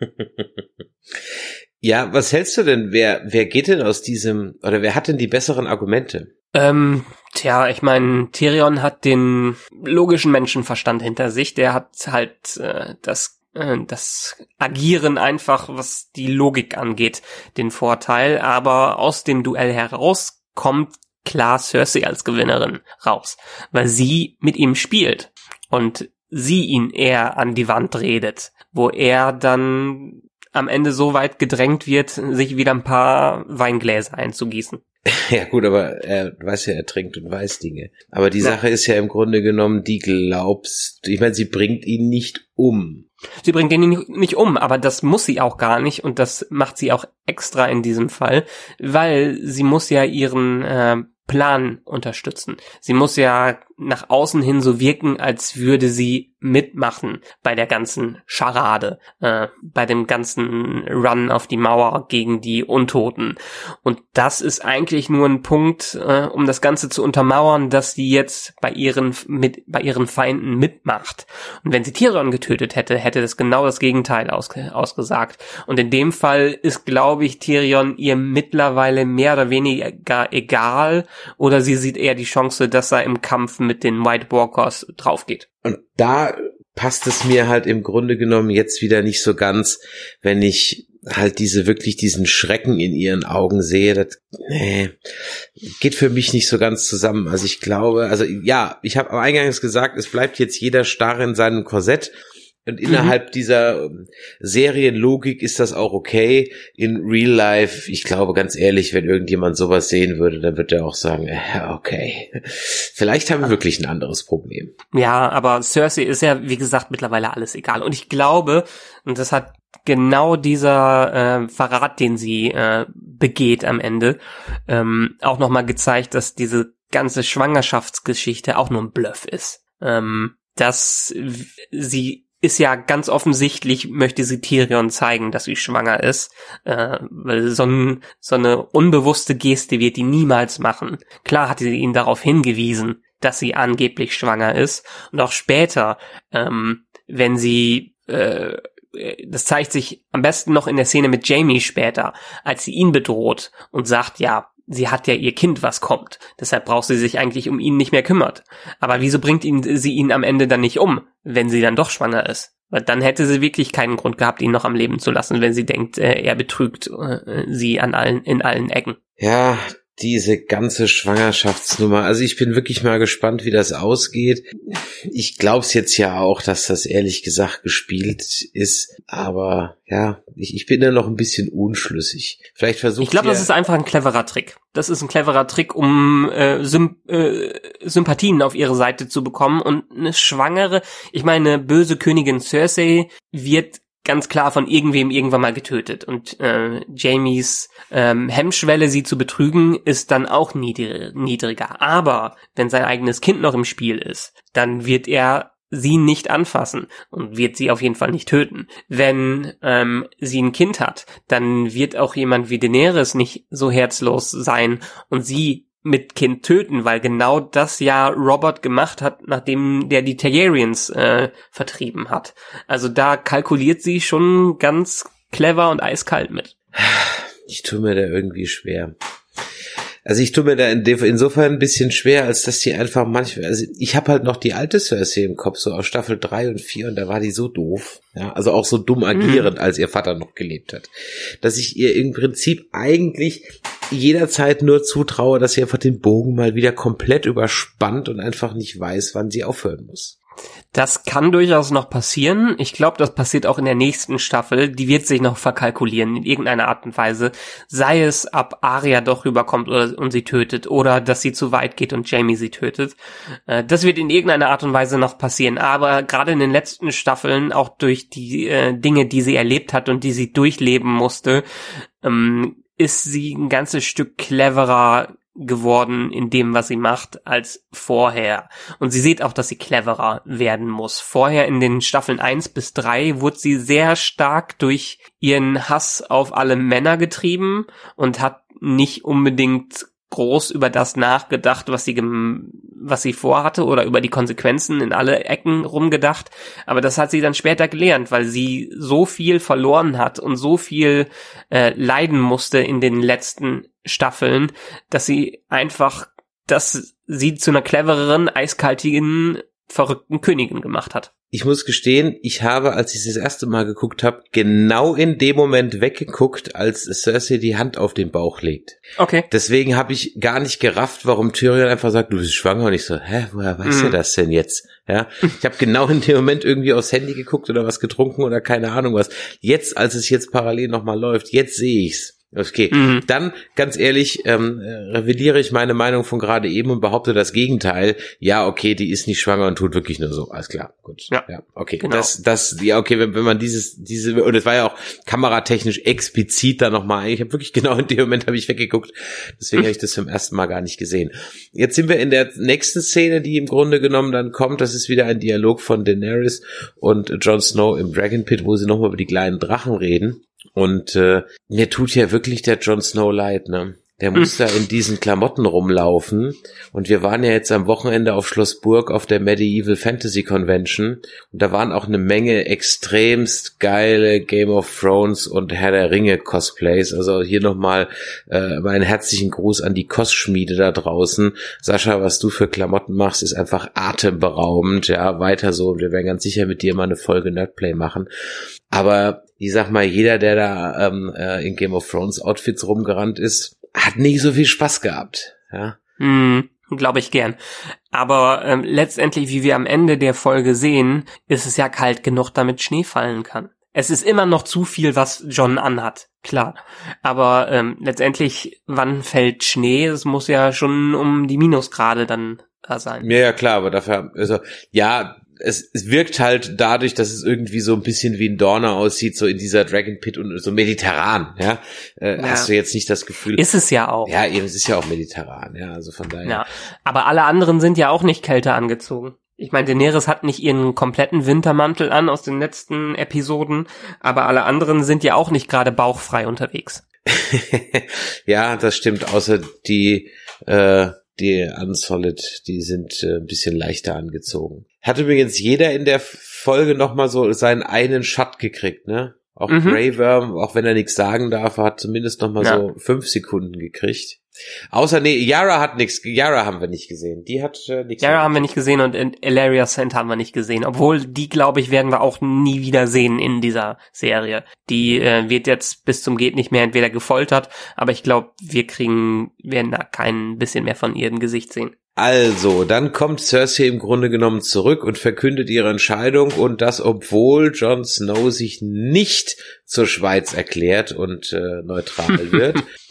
Ja, was hältst du denn, wer, wer geht denn aus diesem, oder wer hat denn die besseren Argumente? Ähm, tja, ich meine, Tyrion hat den logischen Menschenverstand hinter sich, der hat halt äh, das äh, das Agieren einfach, was die Logik angeht, den Vorteil, aber aus dem Duell heraus kommt klar Cersei als Gewinnerin raus, weil sie mit ihm spielt und sie ihn eher an die Wand redet, wo er dann am Ende so weit gedrängt wird, sich wieder ein paar Weingläser einzugießen. Ja gut, aber er, du weißt ja, er trinkt und weiß Dinge. Aber die ja. Sache ist ja im Grunde genommen, die glaubst, ich meine, sie bringt ihn nicht um. Sie bringt ihn nicht, nicht um, aber das muss sie auch gar nicht und das macht sie auch extra in diesem Fall, weil sie muss ja ihren äh, Plan unterstützen. Sie muss ja nach außen hin so wirken, als würde sie mitmachen bei der ganzen Scharade, äh, bei dem ganzen Run auf die Mauer gegen die Untoten. Und das ist eigentlich nur ein Punkt, äh, um das Ganze zu untermauern, dass sie jetzt bei ihren mit bei ihren Feinden mitmacht. Und wenn sie Tyrion getötet hätte, hätte das genau das Gegenteil ausge, ausgesagt. Und in dem Fall ist, glaube ich, Tyrion ihr mittlerweile mehr oder weniger egal, oder sie sieht eher die Chance, dass er im Kampf mit den White Walkers draufgeht. Und da passt es mir halt im Grunde genommen jetzt wieder nicht so ganz, wenn ich halt diese wirklich diesen Schrecken in ihren Augen sehe. Das nee, geht für mich nicht so ganz zusammen. Also ich glaube, also ja, ich habe am Eingangs gesagt, es bleibt jetzt jeder starr in seinem Korsett. Und innerhalb mhm. dieser Serienlogik ist das auch okay. In Real Life, ich glaube ganz ehrlich, wenn irgendjemand sowas sehen würde, dann wird er auch sagen, äh, okay, vielleicht haben wir wirklich ein anderes Problem. Ja, aber Cersei ist ja, wie gesagt, mittlerweile alles egal. Und ich glaube, und das hat genau dieser äh, Verrat, den sie äh, begeht am Ende, ähm, auch nochmal gezeigt, dass diese ganze Schwangerschaftsgeschichte auch nur ein Bluff ist. Ähm, dass sie ist ja ganz offensichtlich, möchte sie Tyrion zeigen, dass sie schwanger ist. Äh, weil so, ein, so eine unbewusste Geste wird die niemals machen. Klar hatte sie ihn darauf hingewiesen, dass sie angeblich schwanger ist. Und auch später, ähm, wenn sie, äh, das zeigt sich am besten noch in der Szene mit Jaime später, als sie ihn bedroht und sagt, ja, sie hat ja ihr Kind, was kommt. Deshalb braucht sie sich eigentlich um ihn nicht mehr kümmert. Aber wieso bringt ihn, sie ihn am Ende dann nicht um, wenn sie dann doch schwanger ist? Weil dann hätte sie wirklich keinen Grund gehabt, ihn noch am Leben zu lassen, wenn sie denkt, er betrügt sie an allen, in allen Ecken. Ja, diese ganze Schwangerschaftsnummer. Also ich bin wirklich mal gespannt, wie das ausgeht. Ich glaub's jetzt ja auch, dass das ehrlich gesagt gespielt ist. Aber ja, ich, ich bin da noch ein bisschen unschlüssig. Vielleicht versucht Ich glaube, das ist einfach ein cleverer Trick. Das ist ein cleverer Trick, um äh, Symp- äh, Sympathien auf ihre Seite zu bekommen. Und eine Schwangere, ich meine, böse Königin Cersei wird ganz klar von irgendwem irgendwann mal getötet. Und äh, Jaimies ähm, Hemmschwelle, sie zu betrügen, ist dann auch niedrig- niedriger. Aber wenn sein eigenes Kind noch im Spiel ist, dann wird er sie nicht anfassen und wird sie auf jeden Fall nicht töten. Wenn ähm, sie ein Kind hat, dann wird auch jemand wie Daenerys nicht so herzlos sein und sie mit Kind töten, weil genau das ja Robert gemacht hat, nachdem der die Targaryens äh, vertrieben hat. Also da kalkuliert sie schon ganz clever und eiskalt mit. Ich tue mir da irgendwie schwer. Also ich tue mir da in insofern ein bisschen schwer, als dass die einfach manchmal, also ich habe halt noch die alte Cersei im Kopf, so aus Staffel drei und vier, und da war die so doof, ja, also auch so dumm agierend, mhm. als ihr Vater noch gelebt hat, dass ich ihr im Prinzip eigentlich jederzeit nur zutraue, dass sie einfach den Bogen mal wieder komplett überspannt und einfach nicht weiß, wann sie aufhören muss. Das kann durchaus noch passieren. Ich glaube, das passiert auch in der nächsten Staffel. Die wird sich noch verkalkulieren in irgendeiner Art und Weise. Sei es, ab Arya doch rüberkommt oder, und sie tötet, oder dass sie zu weit geht und Jaime sie tötet. Äh, das wird in irgendeiner Art und Weise noch passieren. Aber gerade in den letzten Staffeln, auch durch die äh, Dinge, die sie erlebt hat und die sie durchleben musste, ähm, ist sie ein ganzes Stück cleverer geworden in dem, was sie macht, als vorher. Und sie sieht auch, dass sie cleverer werden muss. Vorher in den Staffeln eins bis drei wurde sie sehr stark durch ihren Hass auf alle Männer getrieben und hat nicht unbedingt groß über das nachgedacht, was sie gem- was sie vorhatte, oder über die Konsequenzen in alle Ecken rumgedacht. Aber das hat sie dann später gelernt, weil sie so viel verloren hat und so viel äh, leiden musste in den letzten Staffeln, dass sie einfach, dass sie zu einer clevereren, eiskaltigen, verrückten Königin gemacht hat. Ich muss gestehen, ich habe, als ich das erste Mal geguckt habe, genau in dem Moment weggeguckt, als Cersei die Hand auf den Bauch legt. Okay. Deswegen habe ich gar nicht gerafft, warum Tyrion einfach sagt, du bist schwanger, und ich so, hä, woher weiß mhm. er das denn jetzt? Ja, ich habe genau in dem Moment irgendwie aufs Handy geguckt oder was getrunken oder keine Ahnung was. Jetzt, als es jetzt parallel nochmal läuft, jetzt sehe ich's. Okay, mhm. Dann, ganz ehrlich, ähm, revidiere ich meine Meinung von gerade eben und behaupte das Gegenteil. Ja, okay, die ist nicht schwanger und tut wirklich nur so. Alles klar, gut. Ja, ja okay. Genau. Das, das, ja, okay, wenn, wenn man dieses, diese, und es war ja auch kameratechnisch explizit da nochmal, ich habe wirklich genau in dem Moment habe ich weggeguckt, deswegen mhm. habe ich das zum ersten Mal gar nicht gesehen. Jetzt sind wir in der nächsten Szene, die im Grunde genommen dann kommt. Das ist wieder ein Dialog von Daenerys und Jon Snow im Dragon Pit, wo sie nochmal über die kleinen Drachen reden. Und äh, mir tut ja wirklich der Jon Snow leid, ne? Der muss da in diesen Klamotten rumlaufen. Und wir waren ja jetzt am Wochenende auf Schloss Burg auf der Medieval Fantasy Convention. Und da waren auch eine Menge extremst geile Game of Thrones und Herr der Ringe Cosplays. Also hier nochmal äh, meinen herzlichen Gruß an die Cos-Schmiede da draußen. Sascha, was du für Klamotten machst, ist einfach atemberaubend. Ja, weiter so. Wir werden ganz sicher mit dir mal eine Folge Nerdplay machen. Aber ich sag mal, jeder, der da ähm, äh, in Game of Thrones Outfits rumgerannt ist, hat nicht so viel Spaß gehabt, ja. Mm, glaube ich gern. Aber ähm, letztendlich, wie wir am Ende der Folge sehen, ist es ja kalt genug, damit Schnee fallen kann. Es ist immer noch zu viel, was Jon anhat, klar. Aber ähm, letztendlich, wann fällt Schnee? Es muss ja schon um die Minusgrade dann da sein. Ja, ja, klar, aber dafür, also, ja, Es, es wirkt halt dadurch, dass es irgendwie so ein bisschen wie ein Dorner aussieht, so in dieser Dragon Pit und so mediterran, ja, äh, ja. Hast du jetzt nicht das Gefühl. Ist es ja auch. Ja, eben, es ist ja auch mediterran, ja, also von daher. Ja, aber alle anderen sind ja auch nicht kälter angezogen. Ich meine, Daenerys hat nicht ihren kompletten Wintermantel an aus den letzten Episoden, aber alle anderen sind ja auch nicht gerade bauchfrei unterwegs. Ja, das stimmt, außer die, äh, die Unsolid, die sind äh, ein bisschen leichter angezogen. Hat übrigens jeder in der Folge nochmal so seinen einen Shot gekriegt, ne? Auch mhm. Grey Worm, auch wenn er nichts sagen darf, hat zumindest nochmal ja. so fünf Sekunden gekriegt. Außer, nee, Yara hat nichts, Yara haben wir nicht gesehen. Die hat äh, nichts. Yara haben wir nicht gesehen und Elaria Sand haben wir nicht gesehen. Obwohl, die, glaube ich, werden wir auch nie wieder sehen in dieser Serie. Die äh, wird jetzt bis zum geht nicht mehr entweder gefoltert, aber ich glaube, wir kriegen, werden da kein bisschen mehr von ihrem Gesicht sehen. Also, dann kommt Cersei im Grunde genommen zurück und verkündet ihre Entscheidung, und das, obwohl Jon Snow sich nicht zur Schweiz erklärt und äh, neutral wird.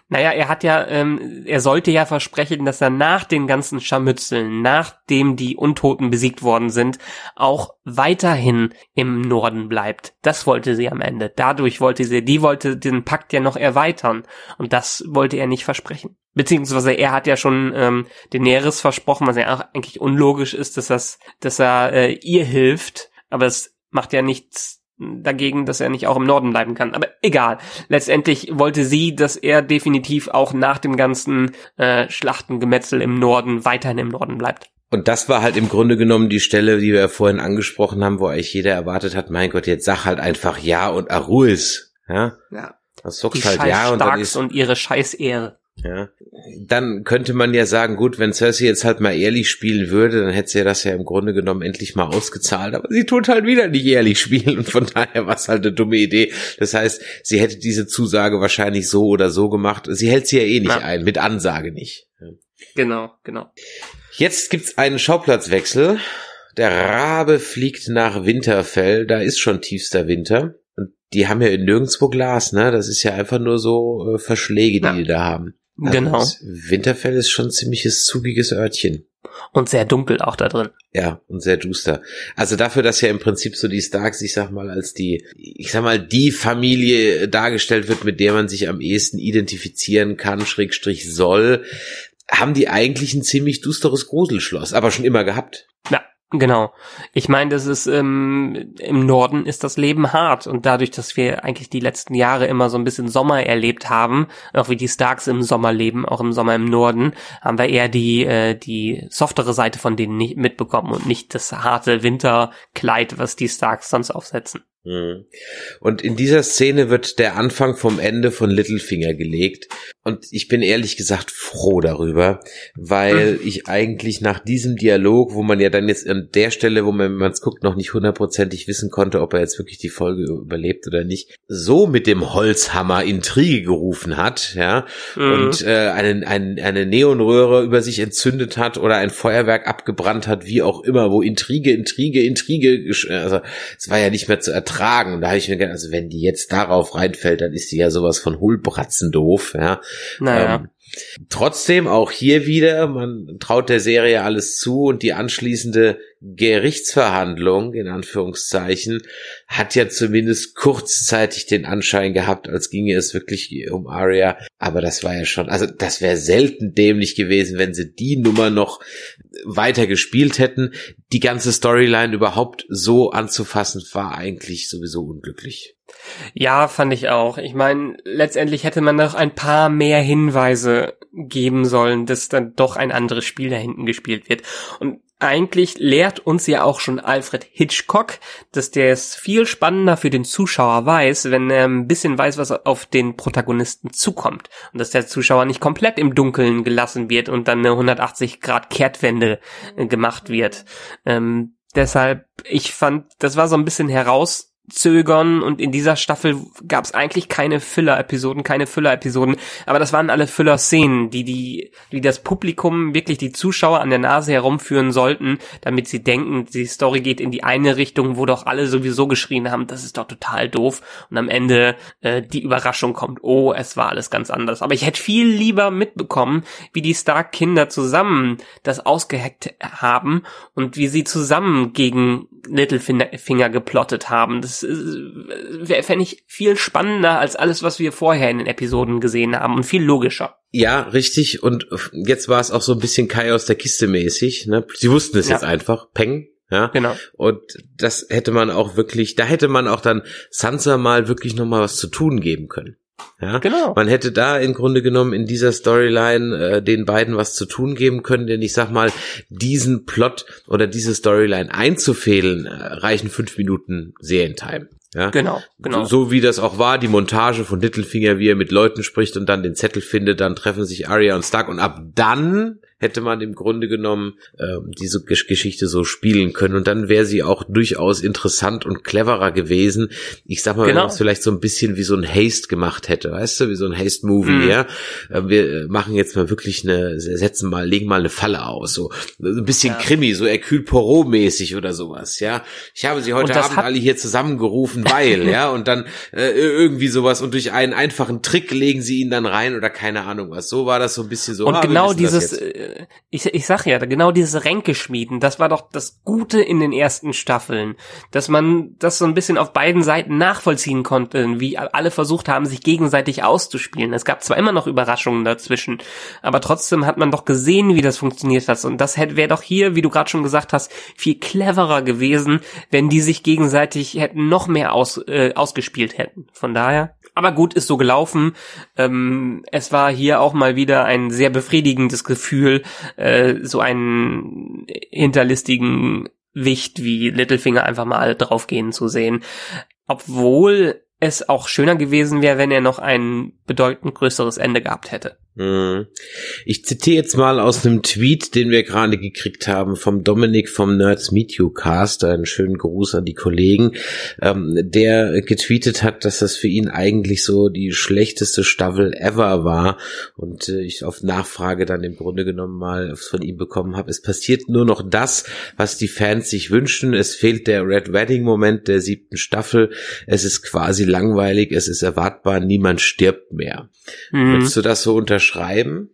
Naja, er hat ja, ähm, er sollte ja versprechen, dass er nach den ganzen Scharmützeln, nachdem die Untoten besiegt worden sind, auch weiterhin im Norden bleibt. Das wollte sie am Ende. Dadurch wollte sie, die wollte den Pakt ja noch erweitern. Und das wollte er nicht versprechen. Beziehungsweise er hat ja schon ähm, Daenerys versprochen, was ja auch eigentlich unlogisch ist, dass das, dass er äh, ihr hilft. Aber es macht ja nichts dagegen, dass er nicht auch im Norden bleiben kann. Aber egal. Letztendlich wollte sie, dass er definitiv auch nach dem ganzen äh, Schlachtengemetzel im Norden weiterhin im Norden bleibt. Und das war halt im Grunde genommen die Stelle, die wir ja vorhin angesprochen haben, wo eigentlich jeder erwartet hat, mein Gott, jetzt sag halt einfach ja und Aruis. Ja? Ja. Das sagst Die halt scheiß ja und dann ist und ihre scheiß Ehre. Ja, dann könnte man ja sagen, gut, wenn Cersei jetzt halt mal ehrlich spielen würde, dann hätte sie das ja im Grunde genommen endlich mal ausgezahlt, aber sie tut halt wieder nicht ehrlich spielen und von daher war es halt eine dumme Idee. Das heißt, sie hätte diese Zusage wahrscheinlich so oder so gemacht. Sie hält sie ja eh nicht ja. ein, mit Ansage nicht. Ja. Genau, genau. Jetzt gibt's einen Schauplatzwechsel. Der Rabe fliegt nach Winterfell, da ist schon tiefster Winter. Und die haben ja nirgendwo Glas, ne? Das ist ja einfach nur so äh, Verschläge, die ja. die da haben. Also genau. Winterfell ist schon ein ziemliches zugiges Örtchen. Und sehr dunkel auch da drin. Ja, und sehr duster. Also dafür, dass ja im Prinzip so die Starks, ich sag mal, als die, ich sag mal, die Familie dargestellt wird, mit der man sich am ehesten identifizieren kann, Schrägstrich soll, haben die eigentlich ein ziemlich dusteres Gruselschloss, aber schon immer gehabt. Ja. Genau. Ich meine, das ist ähm, im Norden ist das Leben hart und dadurch, dass wir eigentlich die letzten Jahre immer so ein bisschen Sommer erlebt haben, auch wie die Starks im Sommer leben, auch im Sommer im Norden, haben wir eher die äh, die softere Seite von denen nicht mitbekommen und nicht das harte Winterkleid, was die Starks sonst aufsetzen. Und in dieser Szene wird der Anfang vom Ende von Littlefinger gelegt und ich bin ehrlich gesagt froh darüber, weil ich eigentlich nach diesem Dialog, wo man ja dann jetzt an der Stelle, wo man, wenn man es guckt, noch nicht hundertprozentig wissen konnte, ob er jetzt wirklich die Folge überlebt oder nicht, so mit dem Holzhammer Intrige gerufen hat, ja, mhm. und äh, eine, eine, eine Neonröhre über sich entzündet hat oder ein Feuerwerk abgebrannt hat, wie auch immer, wo Intrige, Intrige, Intrige, also es war ja nicht mehr zu ertragen. Und da habe ich mir gedacht, also wenn die jetzt darauf reinfällt, dann ist die ja sowas von Hohlbratzen doof, ja. Naja. Ähm, trotzdem auch hier wieder, man traut der Serie alles zu und die anschließende Gerichtsverhandlung, in Anführungszeichen, hat ja zumindest kurzzeitig den Anschein gehabt, als ginge es wirklich um Arya, aber das war ja schon, also das wäre selten dämlich gewesen, wenn sie die Nummer noch weiter gespielt hätten. Die ganze Storyline überhaupt so anzufassen, war eigentlich sowieso unglücklich. Ja, fand ich auch. Ich meine, letztendlich hätte man noch ein paar mehr Hinweise geben sollen, dass dann doch ein anderes Spiel da hinten gespielt wird. Und eigentlich lehrt uns ja auch schon Alfred Hitchcock, dass der es viel spannender für den Zuschauer weiß, wenn er ein bisschen weiß, was auf den Protagonisten zukommt. Und dass der Zuschauer nicht komplett im Dunkeln gelassen wird und dann eine hundertachtzig Grad Kehrtwende äh, gemacht wird. Ähm, deshalb, ich fand, das war so ein bisschen heraus zögern und in dieser Staffel gab es eigentlich keine Filler-Episoden, keine Filler-Episoden, aber das waren alle Filler-Szenen, die die die das Publikum, wirklich die Zuschauer an der Nase herumführen sollten, damit sie denken, die Story geht in die eine Richtung, wo doch alle sowieso geschrien haben, das ist doch total doof und am Ende äh, die Überraschung kommt, oh, es war alles ganz anders. Aber ich hätte viel lieber mitbekommen, wie die Stark-Kinder zusammen das ausgeheckt haben und wie sie zusammen gegen Littlefinger geplottet haben. Das fände ich viel spannender als alles, was wir vorher in den Episoden gesehen haben und viel logischer. Ja, richtig. Und jetzt war es auch so ein bisschen Kai aus der Kiste mäßig. Ne? Sie wussten es ja. jetzt einfach. Peng. Ja, genau. Und das hätte man auch wirklich, da hätte man auch dann Sansa mal wirklich nochmal was zu tun geben können. Ja, genau. Man hätte da im Grunde genommen in dieser Storyline äh, den beiden was zu tun geben können, denn ich sag mal, diesen Plot oder diese Storyline einzufädeln, äh, reichen fünf Minuten Serientime. Ja, genau, genau. So, so wie das auch war, die Montage von Littlefinger, wie er mit Leuten spricht und dann den Zettel findet, dann treffen sich Arya und Stark und ab dann hätte man im Grunde genommen ähm, diese Gesch- Geschichte so spielen können und dann wäre sie auch durchaus interessant und cleverer gewesen. Ich sag mal, genau. Wenn man es vielleicht so ein bisschen wie so ein Haste gemacht hätte, weißt du, wie so ein Haste-Movie, mhm. ja. Äh, wir machen jetzt mal wirklich eine, setzen mal, legen mal eine Falle aus, so ein bisschen ja. Krimi, so Hercule Poirot-mäßig oder sowas, ja. Ich habe sie heute Abend alle hier zusammengerufen, weil, ja, und dann äh, irgendwie sowas und durch einen einfachen Trick legen sie ihn dann rein oder keine Ahnung was. So war das so ein bisschen so. Und ah, genau dieses, ich, ich sag ja, genau dieses Ränkeschmieden, das war doch das Gute in den ersten Staffeln, dass man das so ein bisschen auf beiden Seiten nachvollziehen konnte, wie alle versucht haben, sich gegenseitig auszuspielen. Es gab zwar immer noch Überraschungen dazwischen, aber trotzdem hat man doch gesehen, wie das funktioniert hat. Und das wäre doch hier, wie du gerade schon gesagt hast, viel cleverer gewesen, wenn die sich gegenseitig hätten noch mehr aus, äh, ausgespielt hätten. Von daher, aber gut, ist so gelaufen. Ähm, es war hier auch mal wieder ein sehr befriedigendes Gefühl, äh, so einen hinterlistigen Wicht wie Littlefinger einfach mal draufgehen zu sehen. Obwohl es auch schöner gewesen wäre, wenn er noch ein bedeutend größeres Ende gehabt hätte. Ich zitiere jetzt mal aus einem Tweet, den wir gerade gekriegt haben vom Dominik vom Nerds Meet You Cast, einen schönen Gruß an die Kollegen, ähm, der getweetet hat, dass das für ihn eigentlich so die schlechteste Staffel ever war und äh, ich auf Nachfrage dann im Grunde genommen mal von ihm bekommen habe, es passiert nur noch das, was die Fans sich wünschen, es fehlt der Red Wedding Moment der siebten Staffel, es ist quasi langweilig, es ist erwartbar, niemand stirbt mehr. Mhm. Würdest du das so unterschreiben? Schreiben?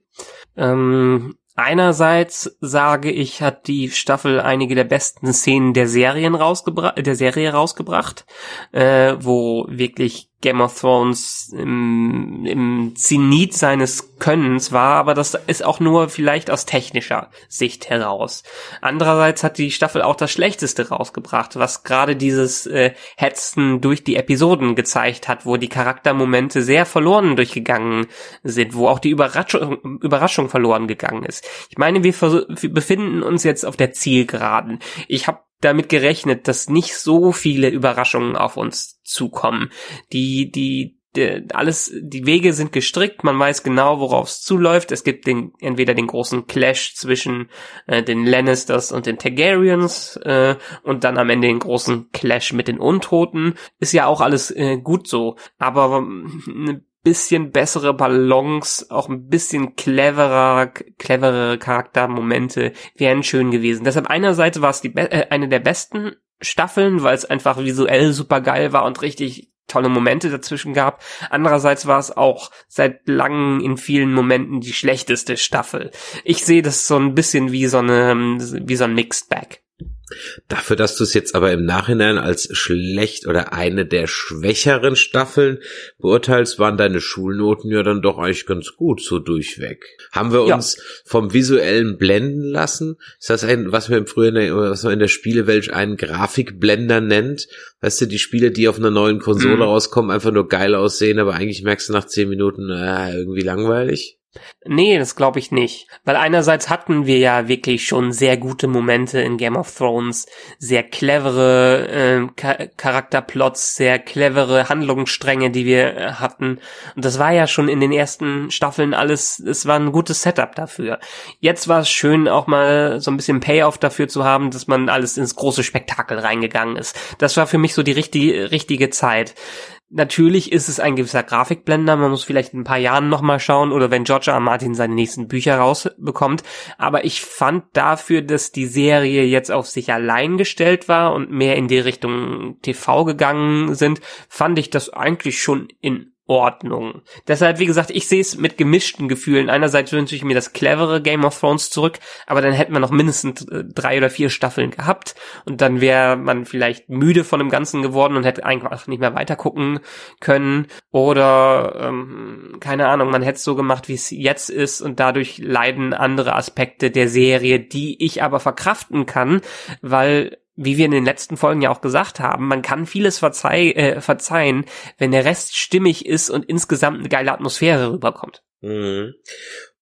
Ähm, einerseits sage ich, hat die Staffel einige der besten Szenen der Serien rausgebracht, der Serie rausgebracht, äh, wo wirklich Game of Thrones im, im Zenit seines Könnens war, aber das ist auch nur vielleicht aus technischer Sicht heraus. Andererseits hat die Staffel auch das Schlechteste rausgebracht, was gerade dieses äh, Hetzen durch die Episoden gezeigt hat, wo die Charaktermomente sehr verloren durchgegangen sind, wo auch die Überraschung, Überraschung verloren gegangen ist. Ich meine, wir, vers- wir befinden uns jetzt auf der Zielgeraden. Ich habe damit gerechnet, dass nicht so viele Überraschungen auf uns zukommen. Die, die, die, alles, die Wege sind gestrickt, man weiß genau, worauf es zuläuft. Es gibt den, entweder den großen Clash zwischen äh, den Lannisters und den Targaryens äh, und dann am Ende den großen Clash mit den Untoten. Ist ja auch alles äh, gut so, aber eine bisschen bessere Balance, auch ein bisschen cleverer, cleverere Charaktermomente wären schön gewesen. Deshalb einerseits war es die be- äh, eine der besten Staffeln, weil es einfach visuell super geil war und richtig tolle Momente dazwischen gab. Andererseits war es auch seit langem in vielen Momenten die schlechteste Staffel. Ich sehe das so ein bisschen wie so eine, wie so ein Mixed Bag. Dafür, dass du es jetzt aber im Nachhinein als schlecht oder eine der schwächeren Staffeln beurteilst, waren deine Schulnoten ja dann doch eigentlich ganz gut so durchweg. Haben wir uns ja. vom Visuellen blenden lassen? Ist das ein, was wir im früher, was man in der Spielewelt einen Grafikblender nennt? Weißt du, die Spiele, die auf einer neuen Konsole mhm. rauskommen, einfach nur geil aussehen, aber eigentlich merkst du nach zehn Minuten, äh, irgendwie langweilig? Nee, das glaube ich nicht. Weil einerseits hatten wir ja wirklich schon sehr gute Momente in Game of Thrones, sehr clevere äh, Ka- Charakterplots, sehr clevere Handlungsstränge, die wir äh, hatten. Und das war ja schon in den ersten Staffeln alles, es war ein gutes Setup dafür. Jetzt war es schön, auch mal so ein bisschen Payoff dafür zu haben, dass man alles ins große Spektakel reingegangen ist. Das war für mich so die richtige, richtige Zeit. Natürlich ist es ein gewisser Grafikblender, man muss vielleicht in ein paar Jahren nochmal schauen oder wenn George R. R. Martin seine nächsten Bücher rausbekommt, aber ich fand dafür, dass die Serie jetzt auf sich allein gestellt war und mehr in die Richtung T V gegangen sind, fand ich das eigentlich schon in Ordnung. Deshalb, wie gesagt, ich sehe es mit gemischten Gefühlen. Einerseits wünsche ich mir das clevere Game of Thrones zurück, aber dann hätten wir noch mindestens drei oder vier Staffeln gehabt und dann wäre man vielleicht müde von dem Ganzen geworden und hätte einfach nicht mehr weiter gucken können oder ähm, keine Ahnung, man hätte es so gemacht, wie es jetzt ist und dadurch leiden andere Aspekte der Serie, die ich aber verkraften kann, weil wie wir in den letzten Folgen ja auch gesagt haben, man kann vieles verzeih- äh, verzeihen, wenn der Rest stimmig ist und insgesamt eine geile Atmosphäre rüberkommt. Mhm.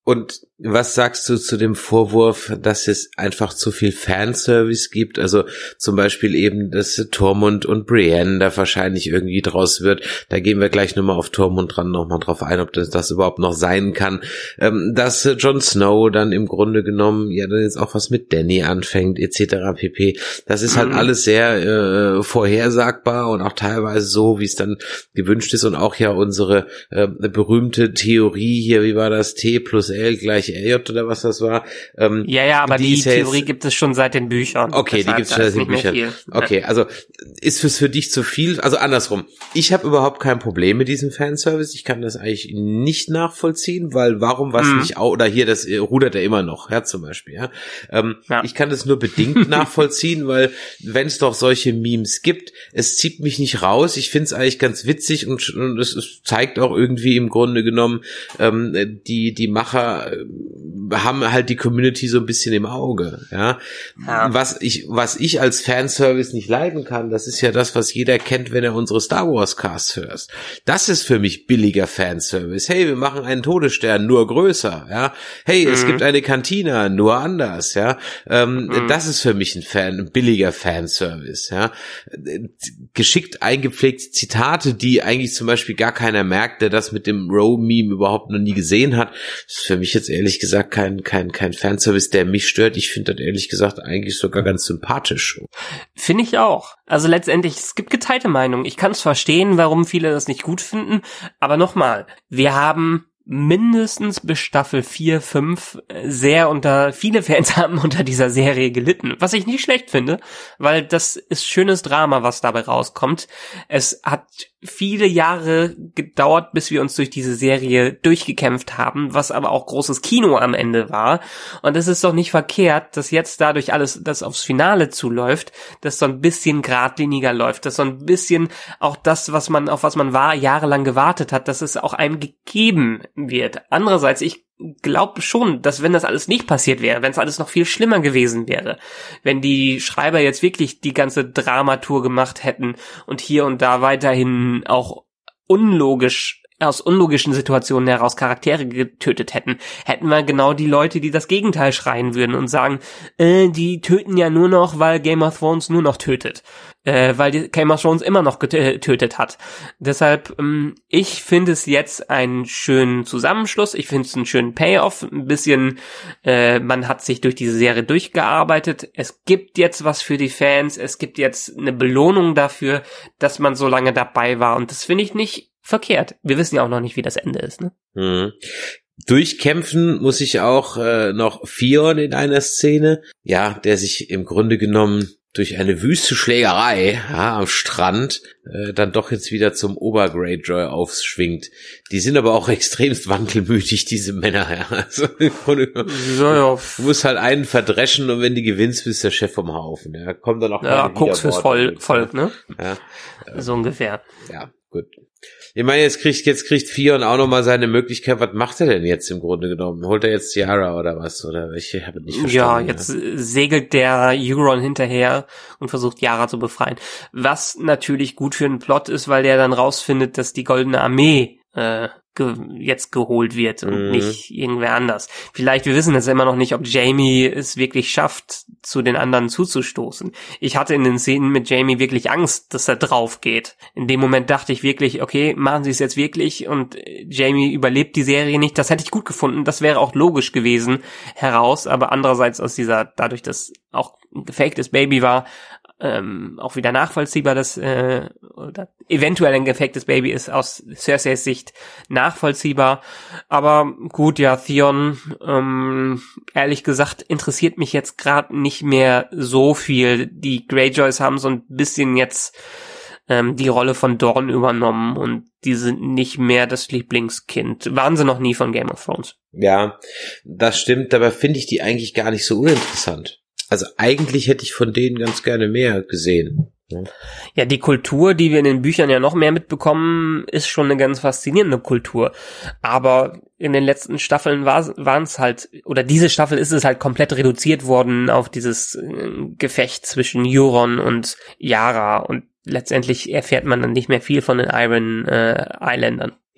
Und was sagst du zu dem Vorwurf, dass es einfach zu viel Fanservice gibt? Also zum Beispiel eben, dass Tormund und Brienne da wahrscheinlich irgendwie draus wird. Da gehen wir gleich nochmal auf Tormund dran nochmal drauf ein, ob das, das überhaupt noch sein kann. Ähm, dass Jon Snow dann im Grunde genommen ja dann jetzt auch was mit Dany anfängt, et cetera pp. Das ist halt mhm. alles sehr äh, vorhersagbar und auch teilweise so, wie es dann gewünscht ist. Und auch ja unsere äh, berühmte Theorie hier, wie war das? T plus L gleich L J oder was das war. Ähm, ja, ja, aber die, die Theorie gibt es schon seit den Büchern. Okay, die gibt es schon seit den Büchern. Okay, also ist es für dich zu viel? Also andersrum. Ich habe überhaupt kein Problem mit diesem Fanservice. Ich kann das eigentlich nicht nachvollziehen, weil warum was mhm. nicht auch, oder hier, das rudert er immer noch, ja, zum Beispiel, ja. Ähm, ja. Ich kann das nur bedingt nachvollziehen, weil wenn es doch solche Memes gibt, es zieht mich nicht raus. Ich finde es eigentlich ganz witzig und, und es, es zeigt auch irgendwie im Grunde genommen, ähm, die, die Macher haben halt die Community so ein bisschen im Auge, ja? ja. Was ich, was ich als Fanservice nicht leiden kann, das ist ja das, was jeder kennt, wenn er unsere Star Wars Casts hört. Das ist für mich billiger Fanservice. Hey, wir machen einen Todesstern, nur größer, ja? Hey, mhm. es gibt eine Cantina, nur anders, ja? Ähm, mhm. Das ist für mich ein Fan, ein billiger Fanservice, ja? Geschickt eingepflegte Zitate, die eigentlich zum Beispiel gar keiner merkt, der das mit dem Row-Meme überhaupt noch nie gesehen hat. Das ist für mich jetzt ehrlich gesagt kein kein kein Fanservice, der mich stört. Ich finde das ehrlich gesagt eigentlich sogar ganz sympathisch. Finde ich auch. Also letztendlich, es gibt geteilte Meinungen. Ich kann es verstehen, warum viele das nicht gut finden. Aber nochmal, wir haben mindestens bis Staffel vier, fünf sehr unter, viele Fans haben unter dieser Serie gelitten, was ich nicht schlecht finde, weil das ist schönes Drama, was dabei rauskommt. Es hat viele Jahre gedauert, bis wir uns durch diese Serie durchgekämpft haben, was aber auch großes Kino am Ende war. Und es ist doch nicht verkehrt, dass jetzt dadurch alles, das aufs Finale zuläuft, dass so ein bisschen geradliniger läuft, dass so ein bisschen auch das, was man, auf was man war, jahrelang gewartet hat, dass es auch einem gegeben wird. Andererseits, ich glaube schon, dass wenn das alles nicht passiert wäre, wenn es alles noch viel schlimmer gewesen wäre, wenn die Schreiber jetzt wirklich die ganze Dramatur gemacht hätten und hier und da weiterhin auch unlogisch, aus unlogischen Situationen heraus Charaktere getötet hätten, hätten wir genau die Leute, die das Gegenteil schreien würden und sagen, äh, die töten ja nur noch, weil Game of Thrones nur noch tötet. Äh, weil die Game of Thrones immer noch getötet hat. Deshalb, ähm, ich finde es jetzt einen schönen Zusammenschluss, ich finde es einen schönen Payoff, ein bisschen, äh, man hat sich durch diese Serie durchgearbeitet, es gibt jetzt was für die Fans, es gibt jetzt eine Belohnung dafür, dass man so lange dabei war und das finde ich nicht verkehrt. Wir wissen ja auch noch nicht, wie das Ende ist, ne? Mhm. Durchkämpfen muss ich auch äh, noch Theon in einer Szene, ja, der sich im Grunde genommen durch eine wüste Schlägerei ja, am Strand äh, dann doch jetzt wieder zum Ober-Greyjoy aufschwingt. Die sind aber auch extremst wankelmütig, diese Männer. Ja. Also im Grunde genommen, ja, ja. Du musst halt einen verdreschen und wenn du gewinnst, bist der Chef vom Haufen. Ja, kommt dann auch ja, guckst fürs Volk, Volk, ne? Ja, äh, so ungefähr. Ja, gut. Ich meine, jetzt kriegt jetzt kriegt Theon auch nochmal seine Möglichkeit. Was macht er denn jetzt im Grunde genommen? Holt er jetzt Yara oder was? Oder ich habe nicht verstanden. Ja, jetzt ja. segelt der Euron hinterher und versucht Yara zu befreien. Was natürlich gut für einen Plot ist, weil der dann rausfindet, dass die Goldene Armee äh, ge- jetzt geholt wird und mhm. nicht irgendwer anders. Vielleicht, wir wissen jetzt immer noch nicht, ob Jaime es wirklich schafft, zu den anderen zuzustoßen. Ich hatte in den Szenen mit Jaime wirklich Angst, dass er drauf geht. In dem Moment dachte ich wirklich, okay, machen sie es jetzt wirklich und Jaime überlebt die Serie nicht. Das hätte ich gut gefunden. Das wäre auch logisch gewesen heraus, aber andererseits aus dieser, dadurch, dass auch ein gefaktes Baby war, Ähm, auch wieder nachvollziehbar, dass äh, oder eventuell ein gefaktes Baby ist aus Cerseis Sicht nachvollziehbar. Aber gut, ja, Theon, ähm, ehrlich gesagt, interessiert mich jetzt gerade nicht mehr so viel. Die Greyjoys haben so ein bisschen jetzt ähm, die Rolle von Dorne übernommen und die sind nicht mehr das Lieblingskind. Waren sie noch nie von Game of Thrones. Ja, das stimmt, dabei finde ich die eigentlich gar nicht so uninteressant. Also eigentlich hätte ich von denen ganz gerne mehr gesehen. Ja, die Kultur, die wir in den Büchern ja noch mehr mitbekommen, ist schon eine ganz faszinierende Kultur. Aber in den letzten Staffeln waren es halt, oder diese Staffel ist es halt komplett reduziert worden auf dieses äh, Gefecht zwischen Euron und Yara. Und letztendlich erfährt man dann nicht mehr viel von den Iron äh, Islandern.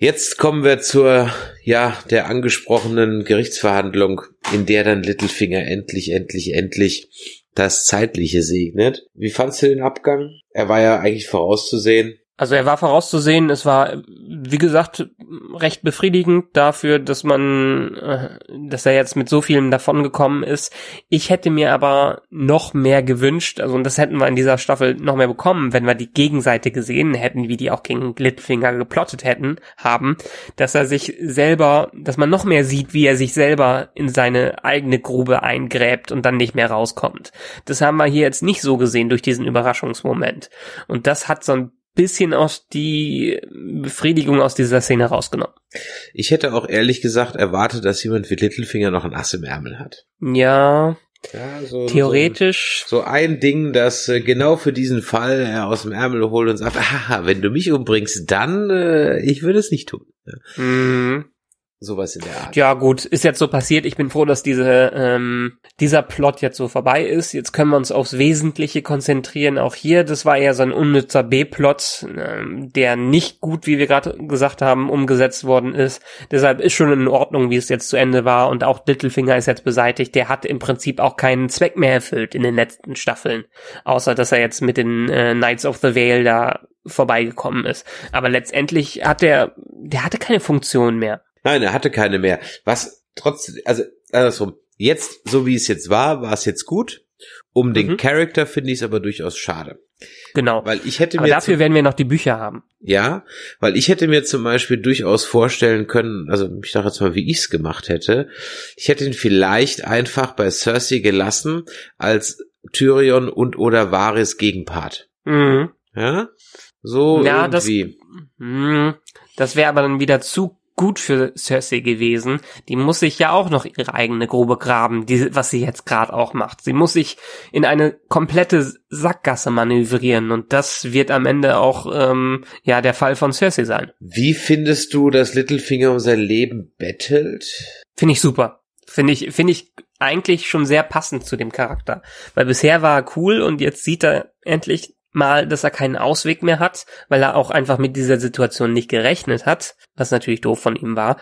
Jetzt kommen wir zur, ja, der angesprochenen Gerichtsverhandlung, in der dann Littlefinger endlich, endlich, endlich das Zeitliche segnet. Wie fandst du den Abgang? Er war ja eigentlich vorauszusehen. Also er war vorauszusehen, es war, wie gesagt, recht befriedigend dafür, dass man, äh, dass er jetzt mit so vielem davongekommen ist. Ich hätte mir aber noch mehr gewünscht, also und das hätten wir in dieser Staffel noch mehr bekommen, wenn wir die Gegenseite gesehen hätten, wie die auch gegen Littlefinger geplottet hätten, haben, dass er sich selber, dass man noch mehr sieht, wie er sich selber in seine eigene Grube eingräbt und dann nicht mehr rauskommt. Das haben wir hier jetzt nicht so gesehen durch diesen Überraschungsmoment. Und das hat so ein bisschen aus die Befriedigung aus dieser Szene rausgenommen. Ich hätte auch ehrlich gesagt erwartet, dass jemand wie Littlefinger noch ein Ass im Ärmel hat. Ja, ja so, theoretisch. So, so ein Ding, das äh, genau für diesen Fall er aus dem Ärmel holt und sagt, haha, wenn du mich umbringst, dann, äh, ich würde es nicht tun. Ja. Mhm. Sowas in der Art. Ja gut, ist jetzt so passiert. Ich bin froh, dass diese ähm, dieser Plot jetzt so vorbei ist. Jetzt können wir uns aufs Wesentliche konzentrieren. Auch hier, das war eher so ein unnützer B-Plot, ähm, der nicht gut, wie wir gerade gesagt haben, umgesetzt worden ist. Deshalb ist schon in Ordnung, wie es jetzt zu Ende war. Und auch Littlefinger ist jetzt beseitigt. Der hat im Prinzip auch keinen Zweck mehr erfüllt in den letzten Staffeln. Außer, dass er jetzt mit den äh, Knights of the Vale da vorbeigekommen ist. Aber letztendlich hat der, der hatte keine Funktion mehr. Nein, er hatte keine mehr. Was trotzdem, also andersrum, jetzt, so wie es jetzt war, war es jetzt gut. Um den mhm. Charakter finde ich es aber durchaus schade. Genau. Weil ich hätte aber mir dafür zum, werden wir noch die Bücher haben. Ja, weil ich hätte mir zum Beispiel durchaus vorstellen können, also ich sage jetzt mal, wie ich es gemacht hätte. Ich hätte ihn vielleicht einfach bei Cersei gelassen als Tyrion und oder Varys Gegenpart. Mhm. Ja, so ja, irgendwie. Das, mh, das wäre aber dann wieder zu gut für Cersei gewesen. Die muss sich ja auch noch ihre eigene Grube graben, die, was sie jetzt gerade auch macht. Sie muss sich in eine komplette Sackgasse manövrieren und das wird am Ende auch ähm, ja der Fall von Cersei sein. Wie findest du, dass Littlefinger um sein Leben bettelt? Finde ich super. Finde ich, finde ich eigentlich schon sehr passend zu dem Charakter. Weil bisher war er cool und jetzt sieht er endlich mal, dass er keinen Ausweg mehr hat, weil er auch einfach mit dieser Situation nicht gerechnet hat, was natürlich doof von ihm war.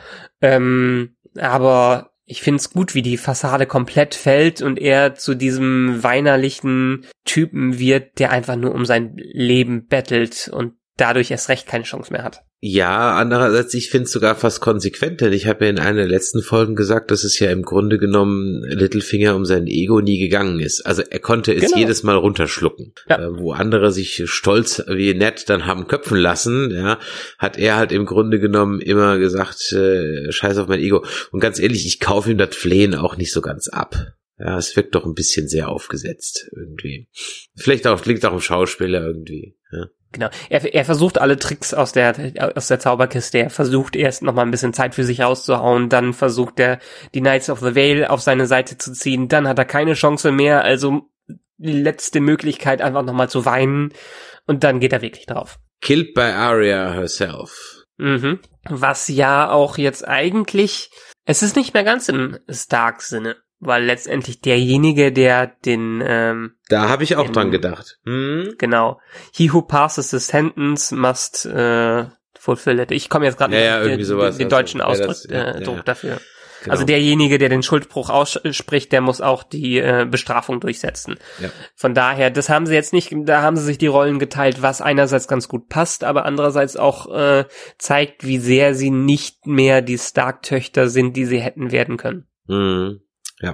Ähm, aber ich find's gut, wie die Fassade komplett fällt und er zu diesem weinerlichen Typen wird, der einfach nur um sein Leben bettelt und dadurch erst recht keine Chance mehr hat. Ja, andererseits, ich finde es sogar fast konsequent, denn ich habe ja in einer der letzten Folgen gesagt, dass es ja im Grunde genommen Littlefinger um sein Ego nie gegangen ist. Also er konnte es genau. jedes Mal runterschlucken. Ja. Äh, wo andere sich stolz wie nett dann haben köpfen lassen, ja, hat er halt im Grunde genommen immer gesagt, äh, scheiß auf mein Ego. Und ganz ehrlich, ich kaufe ihm das Flehen auch nicht so ganz ab. Ja, es wirkt doch ein bisschen sehr aufgesetzt irgendwie. Vielleicht auch, liegt auch im Schauspieler irgendwie, ja. Genau. Er, er versucht alle Tricks aus der, aus der Zauberkiste. Er versucht erst noch mal ein bisschen Zeit für sich rauszuhauen. Dann versucht er, die Knights of the Vale auf seine Seite zu ziehen. Dann hat er keine Chance mehr. Also die letzte Möglichkeit, einfach noch mal zu weinen. Und dann geht er wirklich drauf. Killed by Arya herself. Mhm. Was ja auch jetzt eigentlich, es ist nicht mehr ganz im Stark-Sinne. Weil letztendlich derjenige, der den... Ähm, da habe ich auch den, dran gedacht. Hm? Genau. He who passes the sentence must äh, fulfill it. Ich komme jetzt gerade ja, ja, mit irgendwie den, sowas, den also, deutschen Ausdruck ja, das, ja, äh, ja, ja. dafür. Genau. Also derjenige, der den Schuldspruch ausspricht, der muss auch die äh, Bestrafung durchsetzen. Ja. Von daher, das haben sie jetzt nicht, da haben sie sich die Rollen geteilt, was einerseits ganz gut passt, aber andererseits auch äh, zeigt, wie sehr sie nicht mehr die Stark-Töchter sind, die sie hätten werden können. Mhm. Ja.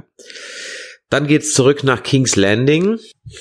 Dann geht's zurück nach King's Landing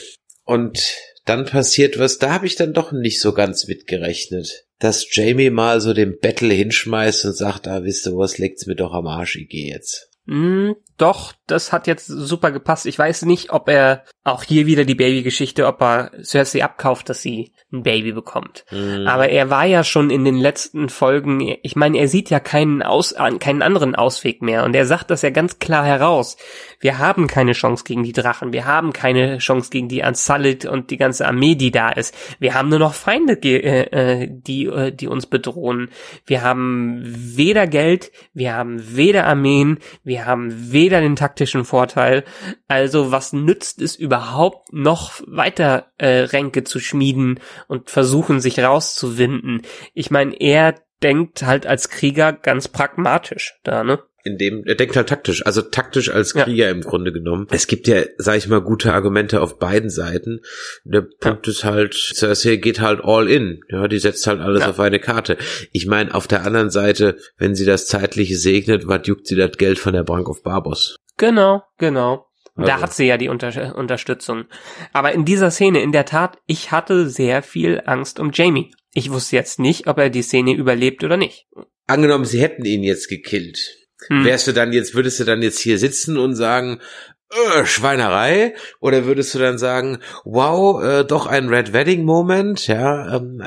und dann passiert was, da habe ich dann doch nicht so ganz mitgerechnet, dass Jaime mal so den Battle hinschmeißt und sagt, ah, wisst ihr was, legt's mir doch am Arsch, ich geh jetzt. Mm, doch, das hat jetzt super gepasst. Ich weiß nicht, ob er auch hier wieder die Baby-Geschichte, ob er Cersei abkauft, dass sie ein Baby bekommt. Mhm. Aber er war ja schon in den letzten Folgen, ich meine, er sieht ja keinen Aus, keinen anderen Ausweg mehr und er sagt das ja ganz klar heraus. Wir haben keine Chance gegen die Drachen, wir haben keine Chance gegen die Unsullied und die ganze Armee, die da ist. Wir haben nur noch Feinde, äh, die, äh, die uns bedrohen. Wir haben weder Geld, wir haben weder Armeen, wir haben weder weder den taktischen Vorteil, also was nützt es überhaupt noch weiter äh, Ränke zu schmieden und versuchen, sich rauszuwinden. Ich meine, er denkt halt als Krieger ganz pragmatisch da, ne? In dem, er denkt halt taktisch, also taktisch als Krieger ja. im Grunde genommen. Es gibt ja, sag ich mal, gute Argumente auf beiden Seiten. Der Punkt ja. ist halt, Cersei geht halt all in. Ja, die setzt halt alles ja. auf eine Karte. Ich meine, auf der anderen Seite, wenn sie das Zeitliche segnet, was juckt sie das Geld von der Bank of Barbos? Genau, genau. Also. Da hat sie ja die Unter- Unterstützung. Aber in dieser Szene, in der Tat, ich hatte sehr viel Angst um Jaime. Ich wusste jetzt nicht, ob er die Szene überlebt oder nicht. Angenommen, sie hätten ihn jetzt gekillt. Hm. Wärst du dann jetzt, würdest du dann jetzt hier sitzen und sagen, äh, Schweinerei? Oder würdest du dann sagen, wow, äh, doch ein Red Wedding Moment, ja, ähm,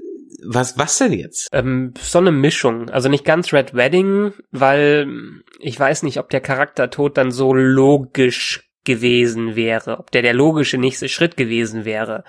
was, was denn jetzt? Ähm, so eine Mischung. Also nicht ganz Red Wedding, weil ich weiß nicht, ob der Charaktertod dann so logisch gewesen wäre, ob der der logische nächste Schritt gewesen wäre.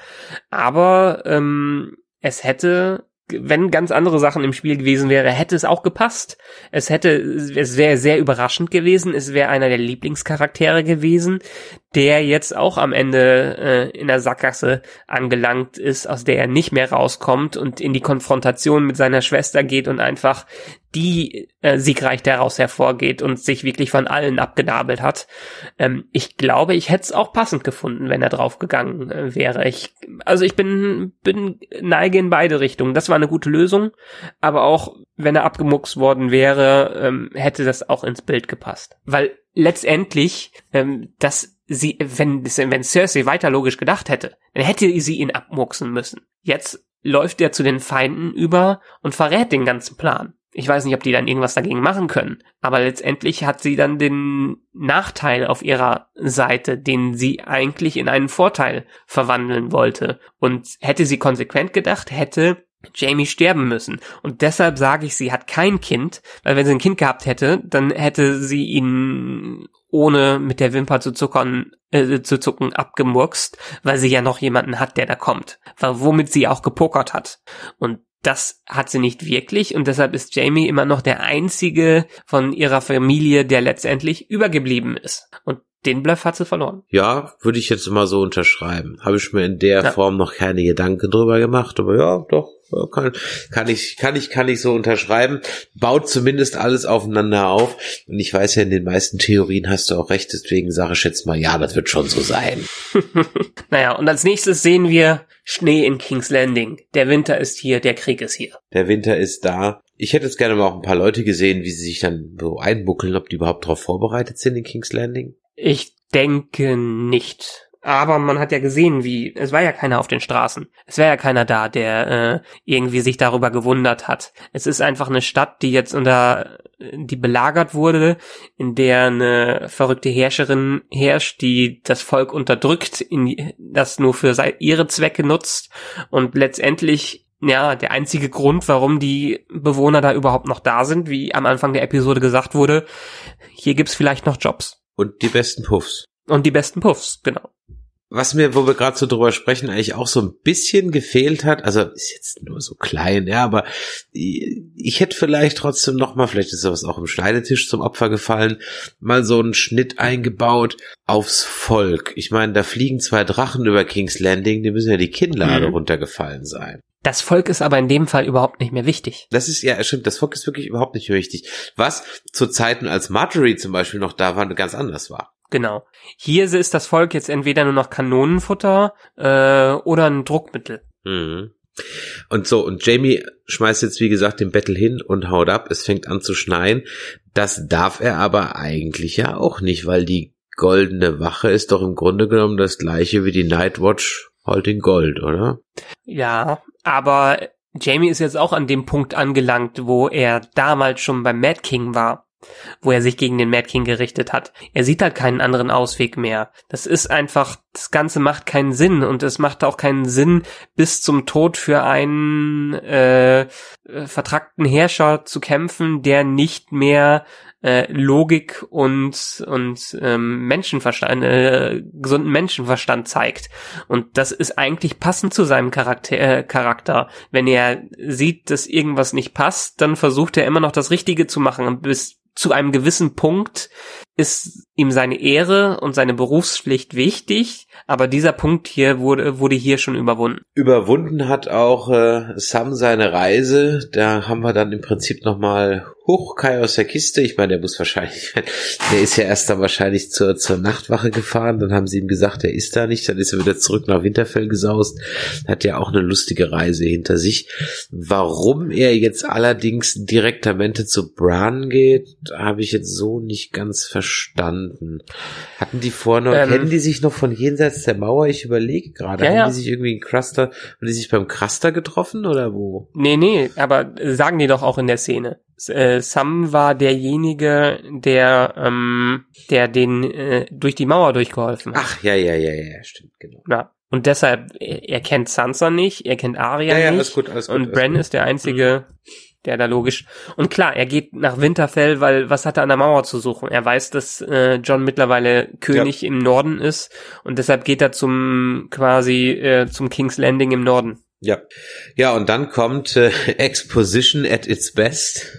Aber ähm, es hätte, wenn ganz andere Sachen im Spiel gewesen wäre, hätte es auch gepasst. Es hätte, es wäre sehr überraschend gewesen. Es wäre einer der Lieblingscharaktere gewesen, der jetzt auch am Ende äh, in der Sackgasse angelangt ist, aus der er nicht mehr rauskommt und in die Konfrontation mit seiner Schwester geht und einfach die äh, siegreich daraus hervorgeht und sich wirklich von allen abgedabelt hat. Ähm, ich glaube, ich hätte es auch passend gefunden, wenn er draufgegangen äh, wäre. Ich, also ich bin, bin neige in beide Richtungen. Das war eine gute Lösung, aber auch wenn er abgemuckst worden wäre, ähm, hätte das auch ins Bild gepasst. Weil letztendlich, ähm, dass sie, wenn, wenn Cersei weiter logisch gedacht hätte, dann hätte sie ihn abmucksen müssen. Jetzt läuft er zu den Feinden über und verrät den ganzen Plan. Ich weiß nicht, ob die dann irgendwas dagegen machen können, aber letztendlich hat sie dann den Nachteil auf ihrer Seite, den sie eigentlich in einen Vorteil verwandeln wollte. Und hätte sie konsequent gedacht, hätte Jaime sterben müssen. Und deshalb sage ich, sie hat kein Kind, weil wenn sie ein Kind gehabt hätte, dann hätte sie ihn ohne mit der Wimper zu zuckern, äh, zu zucken abgemurkst, weil sie ja noch jemanden hat, der da kommt, weil womit sie auch gepokert hat. Und das hat sie nicht wirklich und deshalb ist Jaime immer noch der einzige von ihrer Familie, der letztendlich übergeblieben ist. Und den Bluff hat sie verloren. Ja, würde ich jetzt immer so unterschreiben. Habe ich mir in der ja. Form noch keine Gedanken drüber gemacht, aber ja, doch, kann, kann ich, kann ich, kann ich so unterschreiben. Baut zumindest alles aufeinander auf. Und ich weiß ja, in den meisten Theorien hast du auch recht, deswegen sage ich jetzt mal, ja, das wird schon so sein. Naja, und als nächstes sehen wir Schnee in King's Landing. Der Winter ist hier, der Krieg ist hier. Der Winter ist da. Ich hätte jetzt gerne mal auch ein paar Leute gesehen, wie sie sich dann so einbuckeln, ob die überhaupt darauf vorbereitet sind in King's Landing. Ich denke nicht. Aber man hat ja gesehen, wie, es war ja keiner auf den Straßen. Es wäre ja keiner da, der äh, irgendwie sich darüber gewundert hat. Es ist einfach eine Stadt, die jetzt unter, die belagert wurde, in der eine verrückte Herrscherin herrscht, die das Volk unterdrückt, in, das nur für ihre Zwecke nutzt und letztendlich, ja, der einzige Grund, warum die Bewohner da überhaupt noch da sind, wie am Anfang der Episode gesagt wurde, hier gibt's vielleicht noch Jobs. Und die besten Puffs. Und die besten Puffs, genau. Was mir, wo wir gerade so drüber sprechen, eigentlich auch so ein bisschen gefehlt hat, also ist jetzt nur so klein, ja, aber ich, ich hätte vielleicht trotzdem noch mal, vielleicht ist sowas auch im Schneidetisch zum Opfer gefallen, mal so einen Schnitt eingebaut aufs Volk. Ich meine, da fliegen zwei Drachen über King's Landing, die müssen ja die Kinnlade mhm. runtergefallen sein. Das Volk ist aber in dem Fall überhaupt nicht mehr wichtig. Das ist, ja, stimmt, das Volk ist wirklich überhaupt nicht mehr wichtig. Was zu Zeiten, als Marjorie zum Beispiel noch da war, ganz anders war. Genau. Hier ist das Volk jetzt entweder nur noch Kanonenfutter äh, oder ein Druckmittel. Mhm. Und so, und Jaime schmeißt jetzt, wie gesagt, den Battle hin und haut ab. Es fängt an zu schneien. Das darf er aber eigentlich ja auch nicht, weil die goldene Wache ist doch im Grunde genommen das gleiche wie die Nightwatch halt in Gold, oder? Ja, aber Jaime ist jetzt auch an dem Punkt angelangt, wo er damals schon beim Mad King war, wo er sich gegen den Mad King gerichtet hat. Er sieht halt keinen anderen Ausweg mehr. Das ist einfach, das Ganze macht keinen Sinn und es macht auch keinen Sinn, bis zum Tod für einen äh, vertrackten Herrscher zu kämpfen, der nicht mehr äh, Logik und und ähm, Menschenverstand, äh, gesunden Menschenverstand zeigt. Und das ist eigentlich passend zu seinem Charakter, äh, Charakter. Wenn er sieht, dass irgendwas nicht passt, dann versucht er immer noch das Richtige zu machen, bis zu einem gewissen Punkt ist ihm seine Ehre und seine Berufspflicht wichtig, aber dieser Punkt hier wurde wurde hier schon überwunden. Überwunden hat auch äh, Sam seine Reise. Da haben wir dann im Prinzip nochmal hoch Kai aus der Kiste. Ich meine, der muss wahrscheinlich, der ist ja erst dann wahrscheinlich zur zur Nachtwache gefahren. Dann haben sie ihm gesagt, er ist da nicht. Dann ist er wieder zurück nach Winterfell gesaust. Hat ja auch eine lustige Reise hinter sich. Warum er jetzt allerdings direktamente zu Bran geht, habe ich jetzt so nicht ganz verstanden. Hatten die vorher noch, ähm, kennen die sich noch von jenseits der Mauer? Ich überlege gerade. Ja, haben ja. die sich irgendwie in Craster, haben die sich beim Craster getroffen oder wo? Nee, nee, aber sagen die doch auch in der Szene. Äh, Sam war derjenige, der ähm, der den äh, durch die Mauer durchgeholfen hat. Ach, ja, ja, ja, ja, stimmt, genau. Ja. Und deshalb, er, er kennt Sansa nicht, er kennt Arya ja, ja, nicht. Alles gut, alles gut, und alles Bran gut. ist der einzige, mhm. der da logisch. Und klar, er geht nach Winterfell, weil was hat er an der Mauer zu suchen? Er weiß, dass äh, Jon mittlerweile König ja. im Norden ist und deshalb geht er zum quasi äh, zum King's Landing im Norden. Ja, ja, und dann kommt äh, Exposition at its best.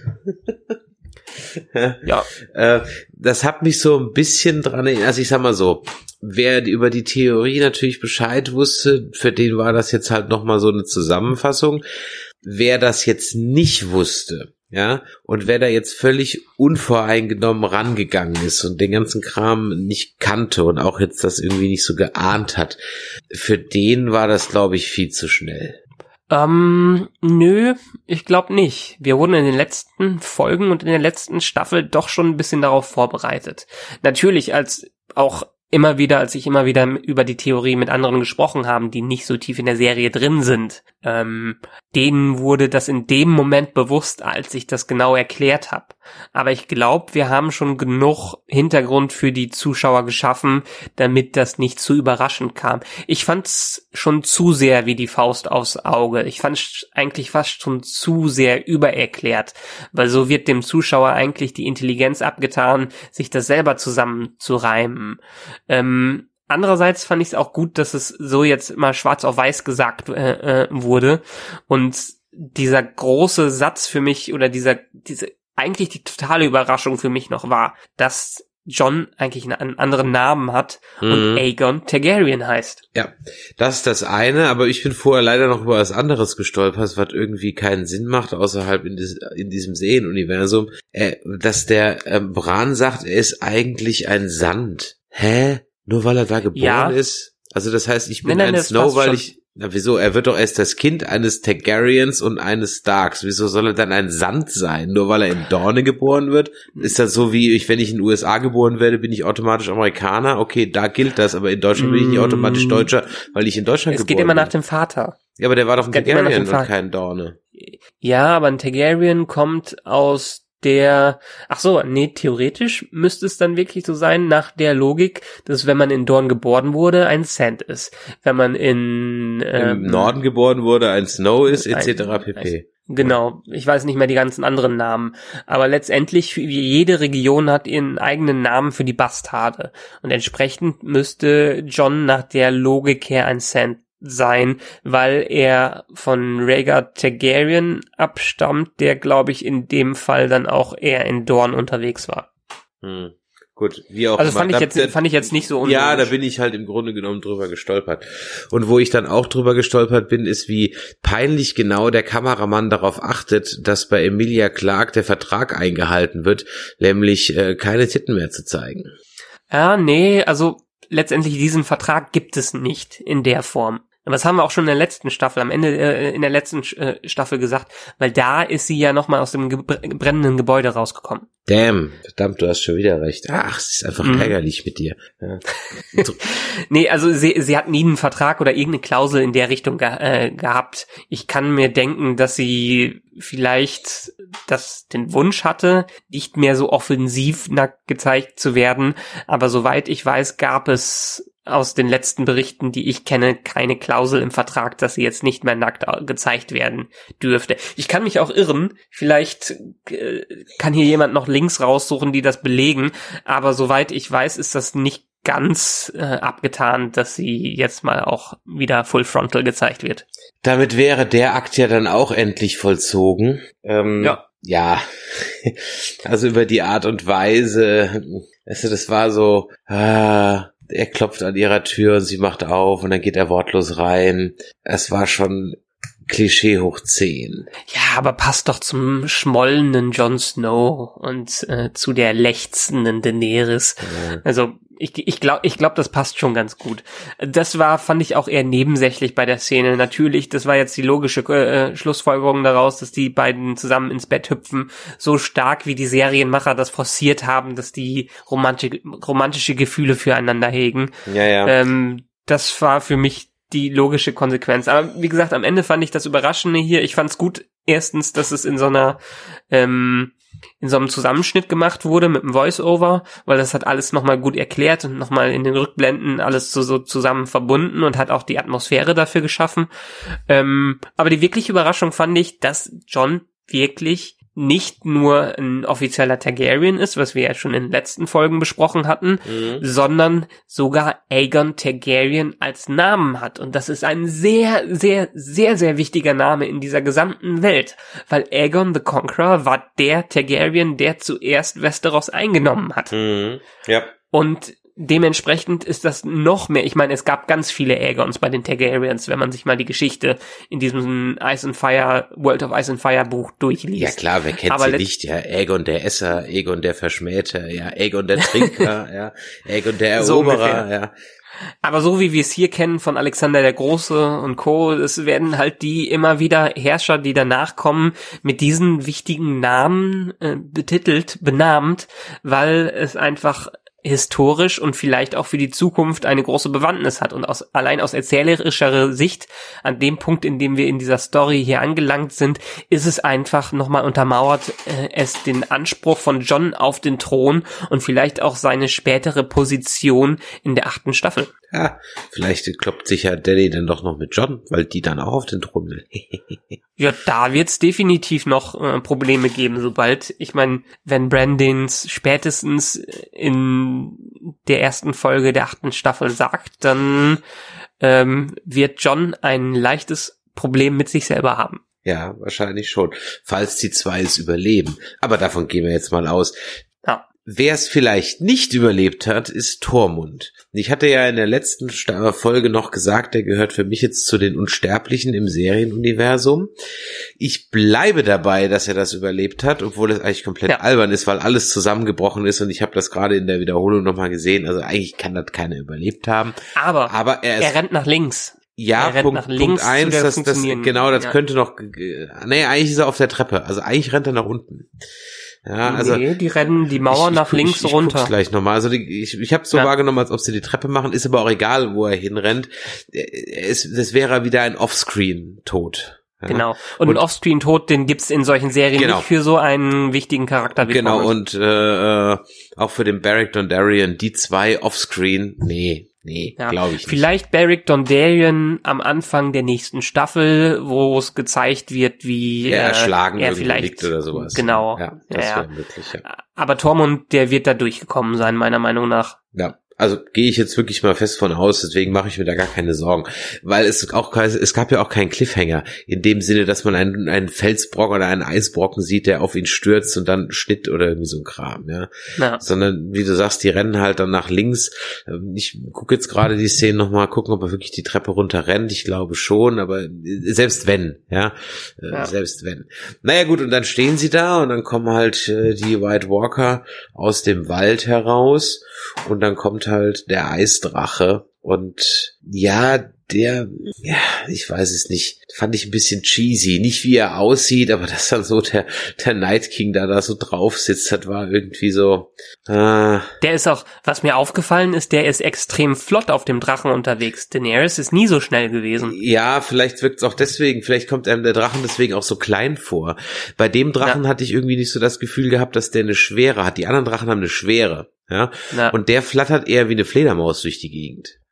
Ja. Äh, das hat mich so ein bisschen dran erinnert, also ich sag mal so, wer über die Theorie natürlich Bescheid wusste, für den war das jetzt halt nochmal so eine Zusammenfassung. Wer das jetzt nicht wusste, ja, und wer da jetzt völlig unvoreingenommen rangegangen ist und den ganzen Kram nicht kannte und auch jetzt das irgendwie nicht so geahnt hat, für den war das, glaube ich, viel zu schnell. Ähm, nö, ich glaube nicht. Wir wurden in den letzten Folgen und in der letzten Staffel doch schon ein bisschen darauf vorbereitet. Natürlich, als auch immer wieder, als ich immer wieder über die Theorie mit anderen gesprochen haben, die nicht so tief in der Serie drin sind, ähm, denen wurde das in dem Moment bewusst, als ich das genau erklärt habe. Aber ich glaube, wir haben schon genug Hintergrund für die Zuschauer geschaffen, damit das nicht zu überraschend kam. Ich fand's schon zu sehr wie die Faust aufs Auge. Ich fand's eigentlich fast schon zu sehr übererklärt, weil so wird dem Zuschauer eigentlich die Intelligenz abgetan, sich das selber zusammenzureimen. Ähm, andererseits fand ich es auch gut, dass es so jetzt mal schwarz auf weiß gesagt äh, äh, wurde und dieser große Satz für mich oder dieser diese eigentlich die totale Überraschung für mich noch war, dass Jon eigentlich einen anderen Namen hat mhm. und Aegon Targaryen heißt. Ja, das ist das eine, aber ich bin vorher leider noch über was anderes gestolpert, was irgendwie keinen Sinn macht, außerhalb in, des, in diesem Serienuniversum, äh, dass der äh, Bran sagt, er ist eigentlich ein Sand. Hä? Nur weil er da geboren ja. ist? Also das heißt, ich bin nein, nein, ein Snow, weil schon. ich... Na wieso? Er wird doch erst das Kind eines Targaryens und eines Starks. Wieso soll er dann ein Sand sein? Nur weil er in Dorne geboren wird? Ist das so wie, ich, wenn ich in den U S A geboren werde, bin ich automatisch Amerikaner? Okay, da gilt das, aber in Deutschland bin ich nicht automatisch Deutscher, weil ich in Deutschland es geboren bin. Es geht immer nach dem Vater. Ja, aber der war doch ein Targaryen und kein Dorne. Ja, aber ein Targaryen kommt aus der, ach so, nee, theoretisch müsste es dann wirklich so sein, nach der Logik, dass wenn man in Dorne geboren wurde, ein Sand ist. Wenn man in ähm, im Norden geboren wurde, ein Snow ist, et cetera pp. Genau, ich weiß nicht mehr die ganzen anderen Namen, aber letztendlich, jede Region hat ihren eigenen Namen für die Bastarde und entsprechend müsste Jon nach der Logik her ein Sand sein, weil er von Rhaegar Targaryen abstammt, der, glaube ich, in dem Fall dann auch eher in Dorne unterwegs war. Hm. Gut, wie auch also immer. fand ich jetzt, fand ich jetzt nicht so unlogisch. Ja, da bin ich halt im Grunde genommen drüber gestolpert. Und wo ich dann auch drüber gestolpert bin, ist, wie peinlich genau der Kameramann darauf achtet, dass bei Emilia Clarke der Vertrag eingehalten wird, nämlich äh, keine Titten mehr zu zeigen. Ja, nee, also letztendlich diesen Vertrag gibt es nicht in der Form. Aber das haben wir auch schon in der letzten Staffel, am Ende äh, in der letzten äh, Staffel gesagt, weil da ist sie ja nochmal aus dem ge- brennenden Gebäude rausgekommen. Damn, verdammt, du hast schon wieder recht. Ach, es ist einfach mhm. ärgerlich mit dir. Ja. Nee, also sie, sie hat nie einen Vertrag oder irgendeine Klausel in der Richtung ge- äh, gehabt. Ich kann mir denken, dass sie vielleicht das den Wunsch hatte, nicht mehr so offensiv nackt gezeigt zu werden, aber soweit ich weiß, gab es aus den letzten Berichten, die ich kenne, keine Klausel im Vertrag, dass sie jetzt nicht mehr nackt gezeigt werden dürfte. Ich kann mich auch irren, vielleicht äh, kann hier jemand noch Links raussuchen, die das belegen, aber soweit ich weiß, ist das nicht ganz äh, abgetan, dass sie jetzt mal auch wieder Full Frontal gezeigt wird. Damit wäre der Akt ja dann auch endlich vollzogen. Ähm, ja. ja, also über die Art und Weise, weißt du, das war so, ah, er klopft an ihrer Tür und sie macht auf und dann geht er wortlos rein. Es war schon Klischee hoch zehn. Ja, aber passt doch zum schmollenden Jon Snow und äh, zu der lechzenden Daenerys. Ja. Also ich ich glaube, ich glaube, das passt schon ganz gut. Das war, fand ich auch eher nebensächlich bei der Szene. Natürlich, das war jetzt die logische äh, Schlussfolgerung daraus, dass die beiden zusammen ins Bett hüpfen. So stark wie die Serienmacher das forciert haben, dass die romantische, romantische Gefühle füreinander hegen. Ja, ja. Ähm, das war für mich die logische Konsequenz. Aber wie gesagt, am Ende fand ich das Überraschende hier. Ich fand es gut, erstens, dass es in so einer ähm, in so einem Zusammenschnitt gemacht wurde mit einem Voice-Over, weil das hat alles nochmal gut erklärt und nochmal in den Rückblenden alles so, so zusammen verbunden und hat auch die Atmosphäre dafür geschaffen. Ähm, aber die wirkliche Überraschung fand ich, dass Jon wirklich nicht nur ein offizieller Targaryen ist, was wir ja schon in den letzten Folgen besprochen hatten, mhm. sondern sogar Aegon Targaryen als Namen hat. Und das ist ein sehr, sehr, sehr, sehr wichtiger Name in dieser gesamten Welt, weil Aegon the Conqueror war der Targaryen, der zuerst Westeros eingenommen hat. Mhm. Ja. Und dementsprechend ist das noch mehr, ich meine, es gab ganz viele Aegons bei den Targaryens, wenn man sich mal die Geschichte in diesem Ice and Fire, World of Ice and Fire Buch durchliest. Ja klar, wer kennt Aber sie nicht, ja, Aegon der Esser, Aegon der Verschmähter, ja, Aegon der Trinker, ja, Aegon der Eroberer, so ja. Aber so wie wir es hier kennen von Alexander der Große und Co., es werden halt die immer wieder Herrscher, die danach kommen, mit diesen wichtigen Namen äh, betitelt, benannt, weil es einfach historisch und vielleicht auch für die Zukunft eine große Bewandtnis hat. Und aus, allein aus erzählerischer Sicht, an dem Punkt, in dem wir in dieser Story hier angelangt sind, ist es einfach nochmal untermauert, äh, es den Anspruch von Jon auf den Thron und vielleicht auch seine spätere Position in der achten Staffel. Ja, vielleicht kloppt sich ja Dany dann doch noch mit Jon, weil die dann auch auf den Thron will. Ja, da wird's definitiv noch äh, Probleme geben, sobald, ich meine, wenn Brandons spätestens in der ersten Folge der achten Staffel sagt, dann ähm, wird Jon ein leichtes Problem mit sich selber haben. Ja, wahrscheinlich schon, falls die zwei es überleben. Aber davon gehen wir jetzt mal aus. Ja. Wer es vielleicht nicht überlebt hat, ist Tormund. Ich hatte ja in der letzten Folge noch gesagt, der gehört für mich jetzt zu den Unsterblichen im Serienuniversum. Ich bleibe dabei, dass er das überlebt hat, obwohl es eigentlich komplett ja. albern ist, weil alles zusammengebrochen ist und ich habe das gerade in der Wiederholung nochmal gesehen. Also eigentlich kann das keiner überlebt haben. Aber, Aber er, ist, er rennt nach links. Ja, er Punkt, nach links Punkt eins, das, das, genau, das ja. könnte noch, nee, eigentlich ist er auf der Treppe. Also eigentlich rennt er nach unten. Ja, also nee, die rennen die Mauer ich, nach ich, links ich, ich runter. Ich gleich nochmal. Also die, ich, ich habe es so ja. wahrgenommen, als ob sie die Treppe machen. Ist aber auch egal, wo er hinrennt. Es, das wäre wieder ein Offscreen-Tod. Ja. Genau. Und, und ein Offscreen-Tod, den gibt's in solchen Serien genau. nicht für so einen wichtigen Charakter wie Genau. Tormund. Und äh, auch für den Beric Dondarrion, die zwei Offscreen, nee. Nee, ja, glaube ich nicht. Vielleicht Beric Dondarrion am Anfang der nächsten Staffel, wo es gezeigt wird, wie ja, äh, erschlagen er vielleicht liegt oder sowas. Genau. Ja, das ja, wäre möglich, ja. Aber Tormund, der wird da durchgekommen sein, meiner Meinung nach. Ja. Also gehe ich jetzt wirklich mal fest von aus, deswegen mache ich mir da gar keine Sorgen, weil es auch es gab ja auch keinen Cliffhanger in dem Sinne, dass man einen einen Felsbrocken oder einen Eisbrocken sieht, der auf ihn stürzt und dann Schnitt oder irgendwie so ein Kram, ja. ja. Sondern wie du sagst, die rennen halt dann nach links. Ich gucke jetzt gerade die Szene nochmal, gucken, ob er wirklich die Treppe runter rennt. Ich glaube schon, aber selbst wenn, ja, ja. selbst wenn. Naja gut, und dann stehen sie da und dann kommen halt die White Walker aus dem Wald heraus und dann kommt halt der Eisdrache und ja, der, ja, ich weiß es nicht, fand ich ein bisschen cheesy, nicht wie er aussieht, aber dass dann so der, der Night King da, da so drauf sitzt, das war irgendwie so, äh. Der ist auch, was mir aufgefallen ist, der ist extrem flott auf dem Drachen unterwegs. Daenerys ist nie so schnell gewesen. Ja, vielleicht wirkt es auch deswegen, vielleicht kommt einem der Drachen deswegen auch so klein vor. Bei dem Drachen ja. hatte ich irgendwie nicht so das Gefühl gehabt, dass der eine Schwere hat. Die anderen Drachen haben eine Schwere, ja, ja. Und der flattert eher wie eine Fledermaus durch die Gegend.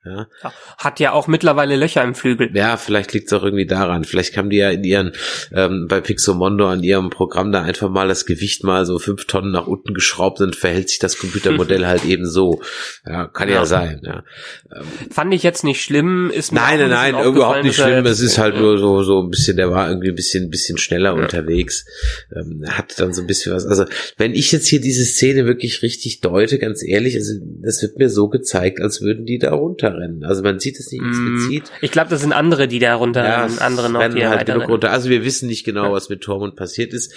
Ja. Hat ja auch mittlerweile Löcher im Flügel. Ja, vielleicht liegt es auch irgendwie daran. Vielleicht haben die ja in ihren, ähm, bei Pixomondo an ihrem Programm da einfach mal das Gewicht mal so fünf Tonnen nach unten geschraubt und verhält sich das Computermodell halt eben so. Ja, kann ja, ja sein, ja. Ähm, Fand ich jetzt nicht schlimm, ist mir Nein, nein, nein, überhaupt nicht schlimm. Es ist halt nur so, so ein bisschen, der war irgendwie ein bisschen, bisschen schneller ja. unterwegs. Ähm, hat dann so ein bisschen was. Also, wenn ich jetzt hier diese Szene wirklich richtig deute, ganz ehrlich, also, das wird mir so gezeigt, als würden die da runter rennen. Also man sieht es nicht explizit. Ich glaube, das sind andere, die da runter ja, rennen, andere noch, rennen die halt genug runter. Also wir wissen nicht genau, ja. was mit Tormund passiert ist.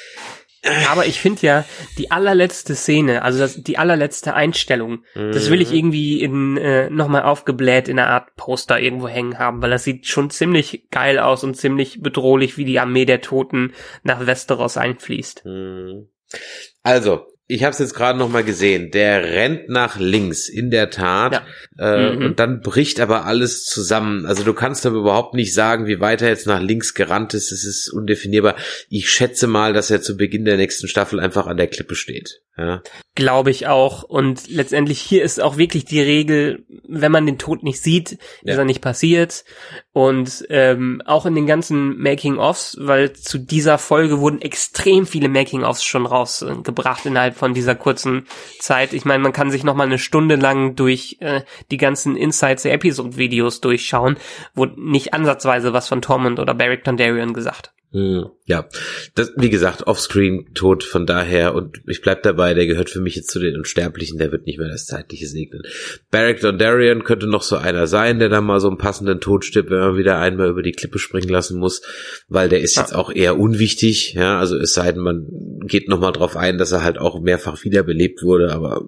Aber ich finde ja, die allerletzte Szene, also das, die allerletzte Einstellung, mhm. das will ich irgendwie in äh, nochmal aufgebläht in einer Art Poster irgendwo hängen haben, weil das sieht schon ziemlich geil aus und ziemlich bedrohlich, wie die Armee der Toten nach Westeros einfließt. Mhm. Also, ich habe es jetzt gerade noch mal gesehen. Der rennt nach links, in der Tat. Ja. Äh, mhm. Und dann bricht aber alles zusammen. Also du kannst aber überhaupt nicht sagen, wie weit er jetzt nach links gerannt ist. Es ist undefinierbar. Ich schätze mal, dass er zu Beginn der nächsten Staffel einfach an der Klippe steht. Ja. Glaube ich auch. Und letztendlich hier ist auch wirklich die Regel, wenn man den Tod nicht sieht, ja. ist er nicht passiert. Und ähm, auch in den ganzen Making-ofs, weil zu dieser Folge wurden extrem viele Making-ofs schon rausgebracht innerhalb von dieser kurzen Zeit. Ich meine, man kann sich noch mal eine Stunde lang durch äh, die ganzen Insights der Episode-Videos durchschauen, wo nicht ansatzweise was von Tormund oder Beric Dondarrion gesagt. Hm, ja, das, wie gesagt, Offscreen tot, von daher, und ich bleib dabei, der gehört für mich jetzt zu den Unsterblichen, der wird nicht mehr das Zeitliche segnen. Beric Dondarrion könnte noch so einer sein, der da mal so einen passenden Tod stirbt, wenn man wieder einmal über die Klippe springen lassen muss, weil der ist ja. jetzt auch eher unwichtig, ja, also es sei denn, man geht noch mal drauf ein, dass er halt auch mehrfach wiederbelebt wurde, aber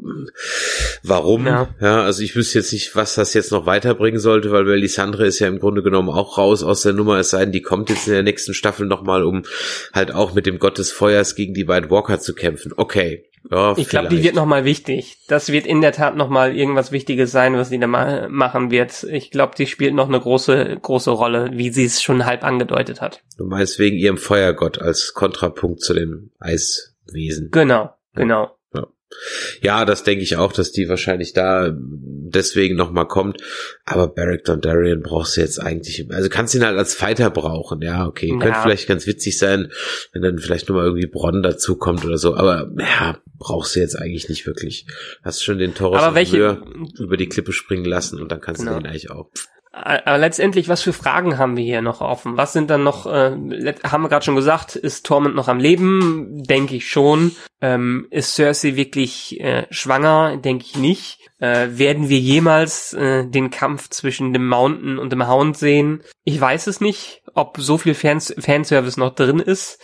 warum? Ja. ja, also ich wüsste jetzt nicht, was das jetzt noch weiterbringen sollte, weil Melisandre ist ja im Grunde genommen auch raus aus der Nummer, es sei denn, die kommt jetzt in der nächsten Staffel noch mal, um halt auch mit dem Gott des Feuers gegen die White Walker zu kämpfen. Okay. Ja, ich glaube, die wird nochmal wichtig. Das wird in der Tat nochmal irgendwas Wichtiges sein, was sie da ma- machen wird. Ich glaube, die spielt noch eine große, große Rolle, wie sie es schon halb angedeutet hat. Du meinst wegen ihrem Feuergott als Kontrapunkt zu dem Eiswesen. Genau, genau. Ja. Ja, das denke ich auch, dass die wahrscheinlich da deswegen nochmal kommt. Aber Beric Dondarrion brauchst du jetzt eigentlich, also kannst ihn halt als Fighter brauchen. Ja, okay, ja. Könnte vielleicht ganz witzig sein, wenn dann vielleicht nochmal irgendwie Bronn dazu kommt oder so. Aber ja, brauchst du jetzt eigentlich nicht wirklich. Hast schon den Taurus aber welche, über die Klippe springen lassen und dann kannst genau. du den eigentlich auch. Aber letztendlich, was für Fragen haben wir hier noch offen? Was sind dann noch, äh, haben wir gerade schon gesagt, ist Tormund noch am Leben? Denke ich schon. Ähm, ist Cersei wirklich äh, schwanger? Denke ich nicht. Äh, werden wir jemals äh, den Kampf zwischen dem Mountain und dem Hound sehen? Ich weiß es nicht, ob so viel Fans- Fanservice noch drin ist.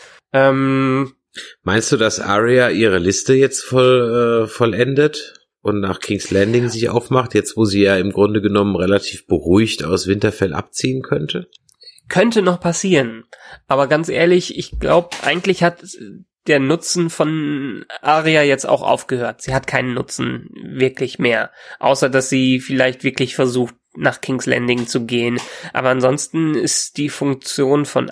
Ähm, Meinst du, dass Arya ihre Liste jetzt voll äh, vollendet? Und nach King's Landing sich aufmacht, jetzt wo sie ja im Grunde genommen relativ beruhigt aus Winterfell abziehen könnte? Könnte noch passieren. Aber ganz ehrlich, ich glaube, eigentlich hat der Nutzen von Arya jetzt auch aufgehört. Sie hat keinen Nutzen wirklich mehr. Außer, dass sie vielleicht wirklich versucht, nach King's Landing zu gehen. Aber ansonsten ist die Funktion von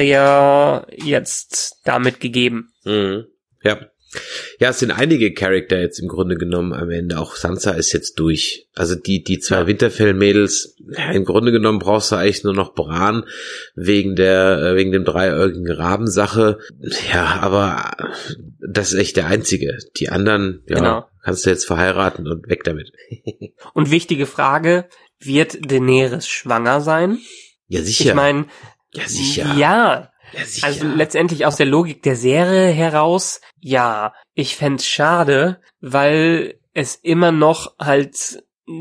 Arya jetzt damit gegeben. Mhm. Ja. Ja, es sind einige Charakter jetzt im Grunde genommen am Ende. Auch Sansa ist jetzt durch. Also die die zwei ja. Winterfell-Mädels, ja, im Grunde genommen brauchst du eigentlich nur noch Bran wegen der wegen dem dreiäugigen Rabensache. Ja, aber das ist echt der einzige. Die anderen, ja, genau. kannst du jetzt verheiraten und weg damit. Und wichtige Frage, wird Daenerys schwanger sein? Ja, sicher. Ich meine, ja, sicher. Ja. Ja, sicher. Also letztendlich aus der Logik der Serie heraus, ja, ich fänd's schade, weil es immer noch halt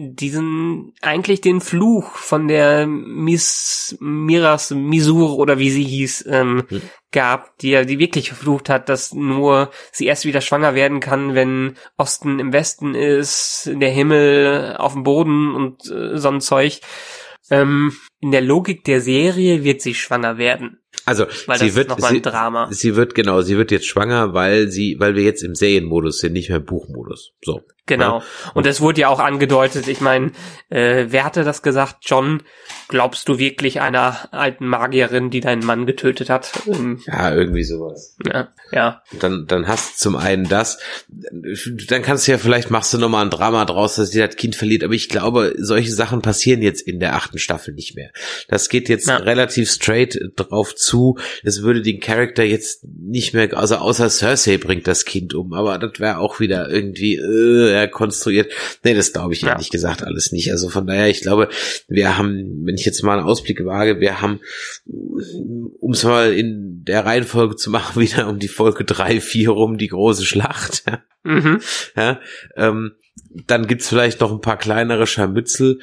diesen, eigentlich den Fluch von der Miss, Miras Misur oder wie sie hieß, ähm, hm. gab, die ja die wirklich verflucht hat, dass nur sie erst wieder schwanger werden kann, wenn Osten im Westen ist, der Himmel auf dem Boden und äh, so ein Zeug. Ähm, in der Logik der Serie wird sie schwanger werden. Also weil sie das wird, ist noch mal ein sie, Drama. sie wird genau, sie wird jetzt schwanger, weil sie, weil wir jetzt im Serienmodus sind, nicht mehr im Buchmodus. So. Genau. Ja. Und es wurde ja auch angedeutet, ich meine, äh, wer hatte das gesagt? John, glaubst du wirklich einer alten Magierin, die deinen Mann getötet hat? Ähm, ja, irgendwie sowas. Ja, ja. Dann, dann hast du zum einen das, dann kannst du ja vielleicht, machst du nochmal ein Drama draus, dass sie das Kind verliert, aber ich glaube, solche Sachen passieren jetzt in der achten Staffel nicht mehr. Das geht jetzt ja. relativ straight drauf zu, es würde den Charakter jetzt nicht mehr, also außer Cersei bringt das Kind um, aber das wäre auch wieder irgendwie, äh, ja, konstruiert. Nee, das glaube ich ja. ehrlich gesagt alles nicht. Also von daher, ich glaube, wir haben, wenn ich jetzt mal einen Ausblick wage, wir haben, um es mal in der Reihenfolge zu machen, wieder um die Folge drei, vier rum, die große Schlacht. Mhm. Ja, ähm, dann gibt's vielleicht noch ein paar kleinere Scharmützel.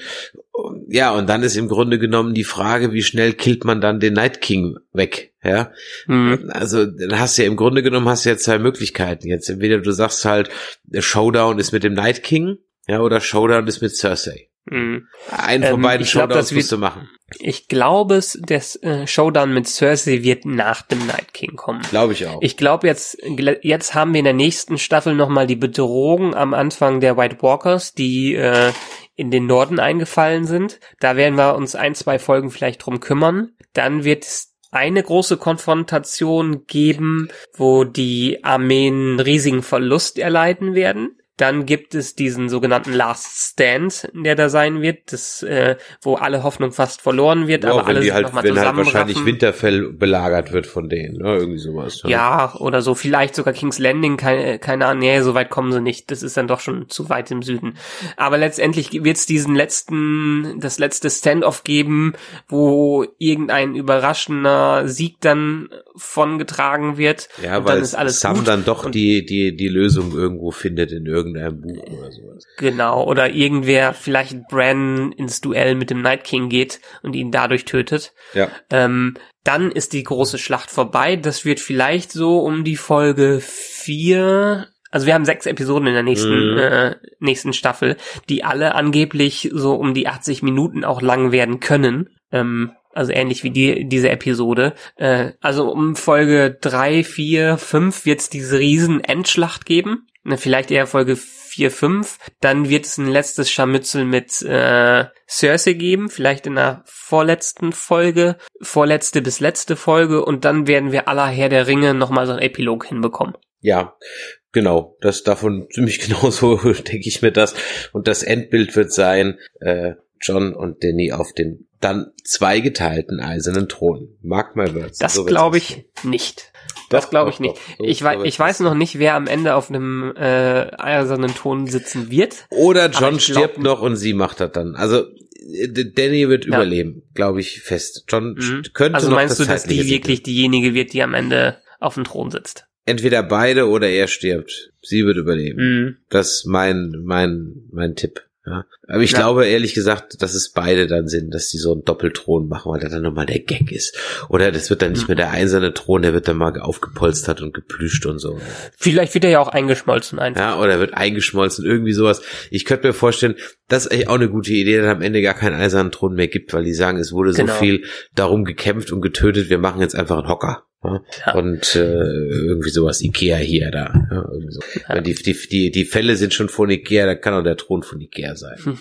Ja, und dann ist im Grunde genommen die Frage, wie schnell killt man dann den Night King weg, ja? Mhm. Also, dann hast du ja im Grunde genommen hast du ja zwei Möglichkeiten. Jetzt entweder du sagst halt, der Showdown ist mit dem Night King, ja, oder Showdown ist mit Cersei. Mhm. Einen von ähm, beiden glaub, Showdowns musst du machen. Ich glaube, es, das äh, Showdown mit Cersei wird nach dem Night King kommen. Glaube ich auch. Ich glaube, jetzt jetzt haben wir in der nächsten Staffel nochmal die Bedrohung am Anfang der White Walkers, die äh, in den Norden eingefallen sind. Da werden wir uns ein, zwei Folgen vielleicht drum kümmern. Dann wird es eine große Konfrontation geben, wo die Armeen riesigen Verlust erleiden werden. Dann gibt es diesen sogenannten Last Stand, der da sein wird, das, äh, wo alle Hoffnung fast verloren wird, ja, aber alle sich halt, nochmal wenn zusammenraffen. Halt wahrscheinlich Winterfell belagert wird von denen, ne? Irgendwie sowas. Ja. ja, oder so, vielleicht sogar King's Landing, keine, keine Ahnung, nee, so weit kommen sie nicht, das ist dann doch schon zu weit im Süden. Aber letztendlich wird es diesen letzten, das letzte Standoff geben, wo irgendein überraschender Sieg dann vongetragen wird. Ja, und weil dann ist alles Sam gut. dann doch und die, die, die Lösung irgendwo findet in irgendeinem Buch oder sowas. Genau, oder irgendwer vielleicht Bran ins Duell mit dem Night King geht und ihn dadurch tötet. Ja. Ähm, dann ist die große Schlacht vorbei. Das wird vielleicht so um die Folge vier, also wir haben sechs Episoden in der nächsten, mhm. äh, nächsten Staffel, die alle angeblich so um die achtzig Minuten auch lang werden können. Ähm, also ähnlich wie die diese Episode. Äh, also um Folge drei, vier, fünf wird es diese riesen Endschlacht geben. Vielleicht eher Folge vier, fünf. Dann wird es ein letztes Scharmützel mit äh, Cersei geben, vielleicht in der vorletzten Folge, vorletzte bis letzte Folge, und dann werden wir aller Herr der Ringe nochmal so einen Epilog hinbekommen. Ja, genau. Das davon ziemlich genauso denke ich mir das. Und das Endbild wird sein, äh, Jon und Dany auf dem dann zweigeteilten eisernen Thron. Mark my words. Das so glaube ich nicht. Das glaube ich nicht. So ich, wei- ich weiß noch nicht, wer am Ende auf einem äh, eisernen Thron sitzen wird. Oder Jon stirbt noch und sie macht das dann. Also Dany wird ja. überleben, glaube ich fest. Jon mhm. könnte also noch meinst das du, dass die wirklich sitzen. Diejenige wird, die am Ende auf dem Thron sitzt? Entweder beide oder er stirbt. Sie wird überleben. Mhm. Das ist mein mein mein Tipp. Ja. Aber ich ja. glaube ehrlich gesagt, dass es beide dann sind, dass die so einen Doppelthron machen, weil das dann nochmal der Gag ist. Oder das wird dann nicht mehr der eiserne Thron, der wird dann mal aufgepolstert und geplüscht und so. Vielleicht wird er ja auch eingeschmolzen einfach. Ja, oder wird eingeschmolzen, irgendwie sowas. Ich könnte mir vorstellen, das ist eigentlich auch eine gute Idee, dass es am Ende gar keinen eisernen Thron mehr gibt, weil die sagen, es wurde genau. so viel darum gekämpft und getötet, wir machen jetzt einfach einen Hocker. Ja. Ja. Und äh, irgendwie sowas Ikea hier da. Ja, irgendwie so. Ja. Die, die, die, die Fälle sind schon von Ikea, da kann auch der Thron von Ikea sein. Hm.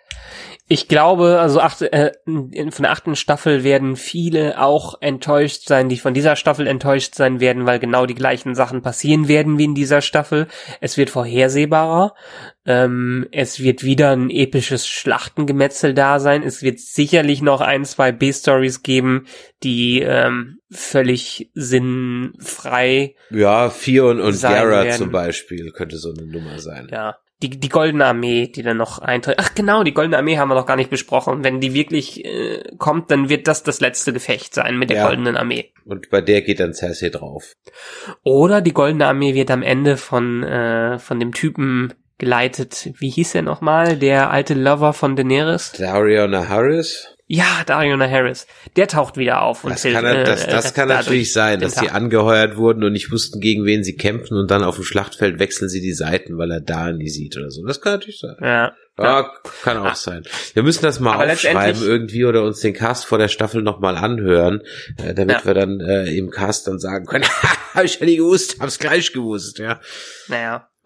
Ich glaube, also acht, äh, von der achten Staffel werden viele auch enttäuscht sein, die von dieser Staffel enttäuscht sein werden, weil genau die gleichen Sachen passieren werden wie in dieser Staffel. Es wird vorhersehbarer. Ähm, es wird wieder ein episches Schlachtengemetzel da sein. Es wird sicherlich noch ein, zwei B-Stories geben, die ähm, völlig sinnfrei Ja, Fionn und Yara werden. zum Beispiel könnte so eine Nummer sein. Ja. Die, die Goldene Armee, die dann noch eintritt. Ach genau, die Goldene Armee haben wir noch gar nicht besprochen. Wenn die wirklich äh, kommt, dann wird das das letzte Gefecht sein mit der ja. Goldenen Armee. Und bei der geht dann Cersei drauf. Oder die Goldene Armee wird am Ende von äh, von dem Typen geleitet. Wie hieß er nochmal? Der alte Lover von Daenerys? Daario Naharis? Ja, Daario Naharis. Der taucht wieder auf. Und das kann, äh, das, das kann natürlich sein, dass die angeheuert wurden und nicht wussten, gegen wen sie kämpfen, und dann auf dem Schlachtfeld wechseln sie die Seiten, weil er Dany sieht oder so. Das kann natürlich sein. Ja. Ja, ja. Kann auch ah. sein. Wir müssen das mal Aber aufschreiben irgendwie oder uns den Cast vor der Staffel nochmal anhören, äh, damit ja. wir dann äh, im Cast dann sagen können, hab ich ja nie gewusst, hab's gleich gewusst, ja. Naja.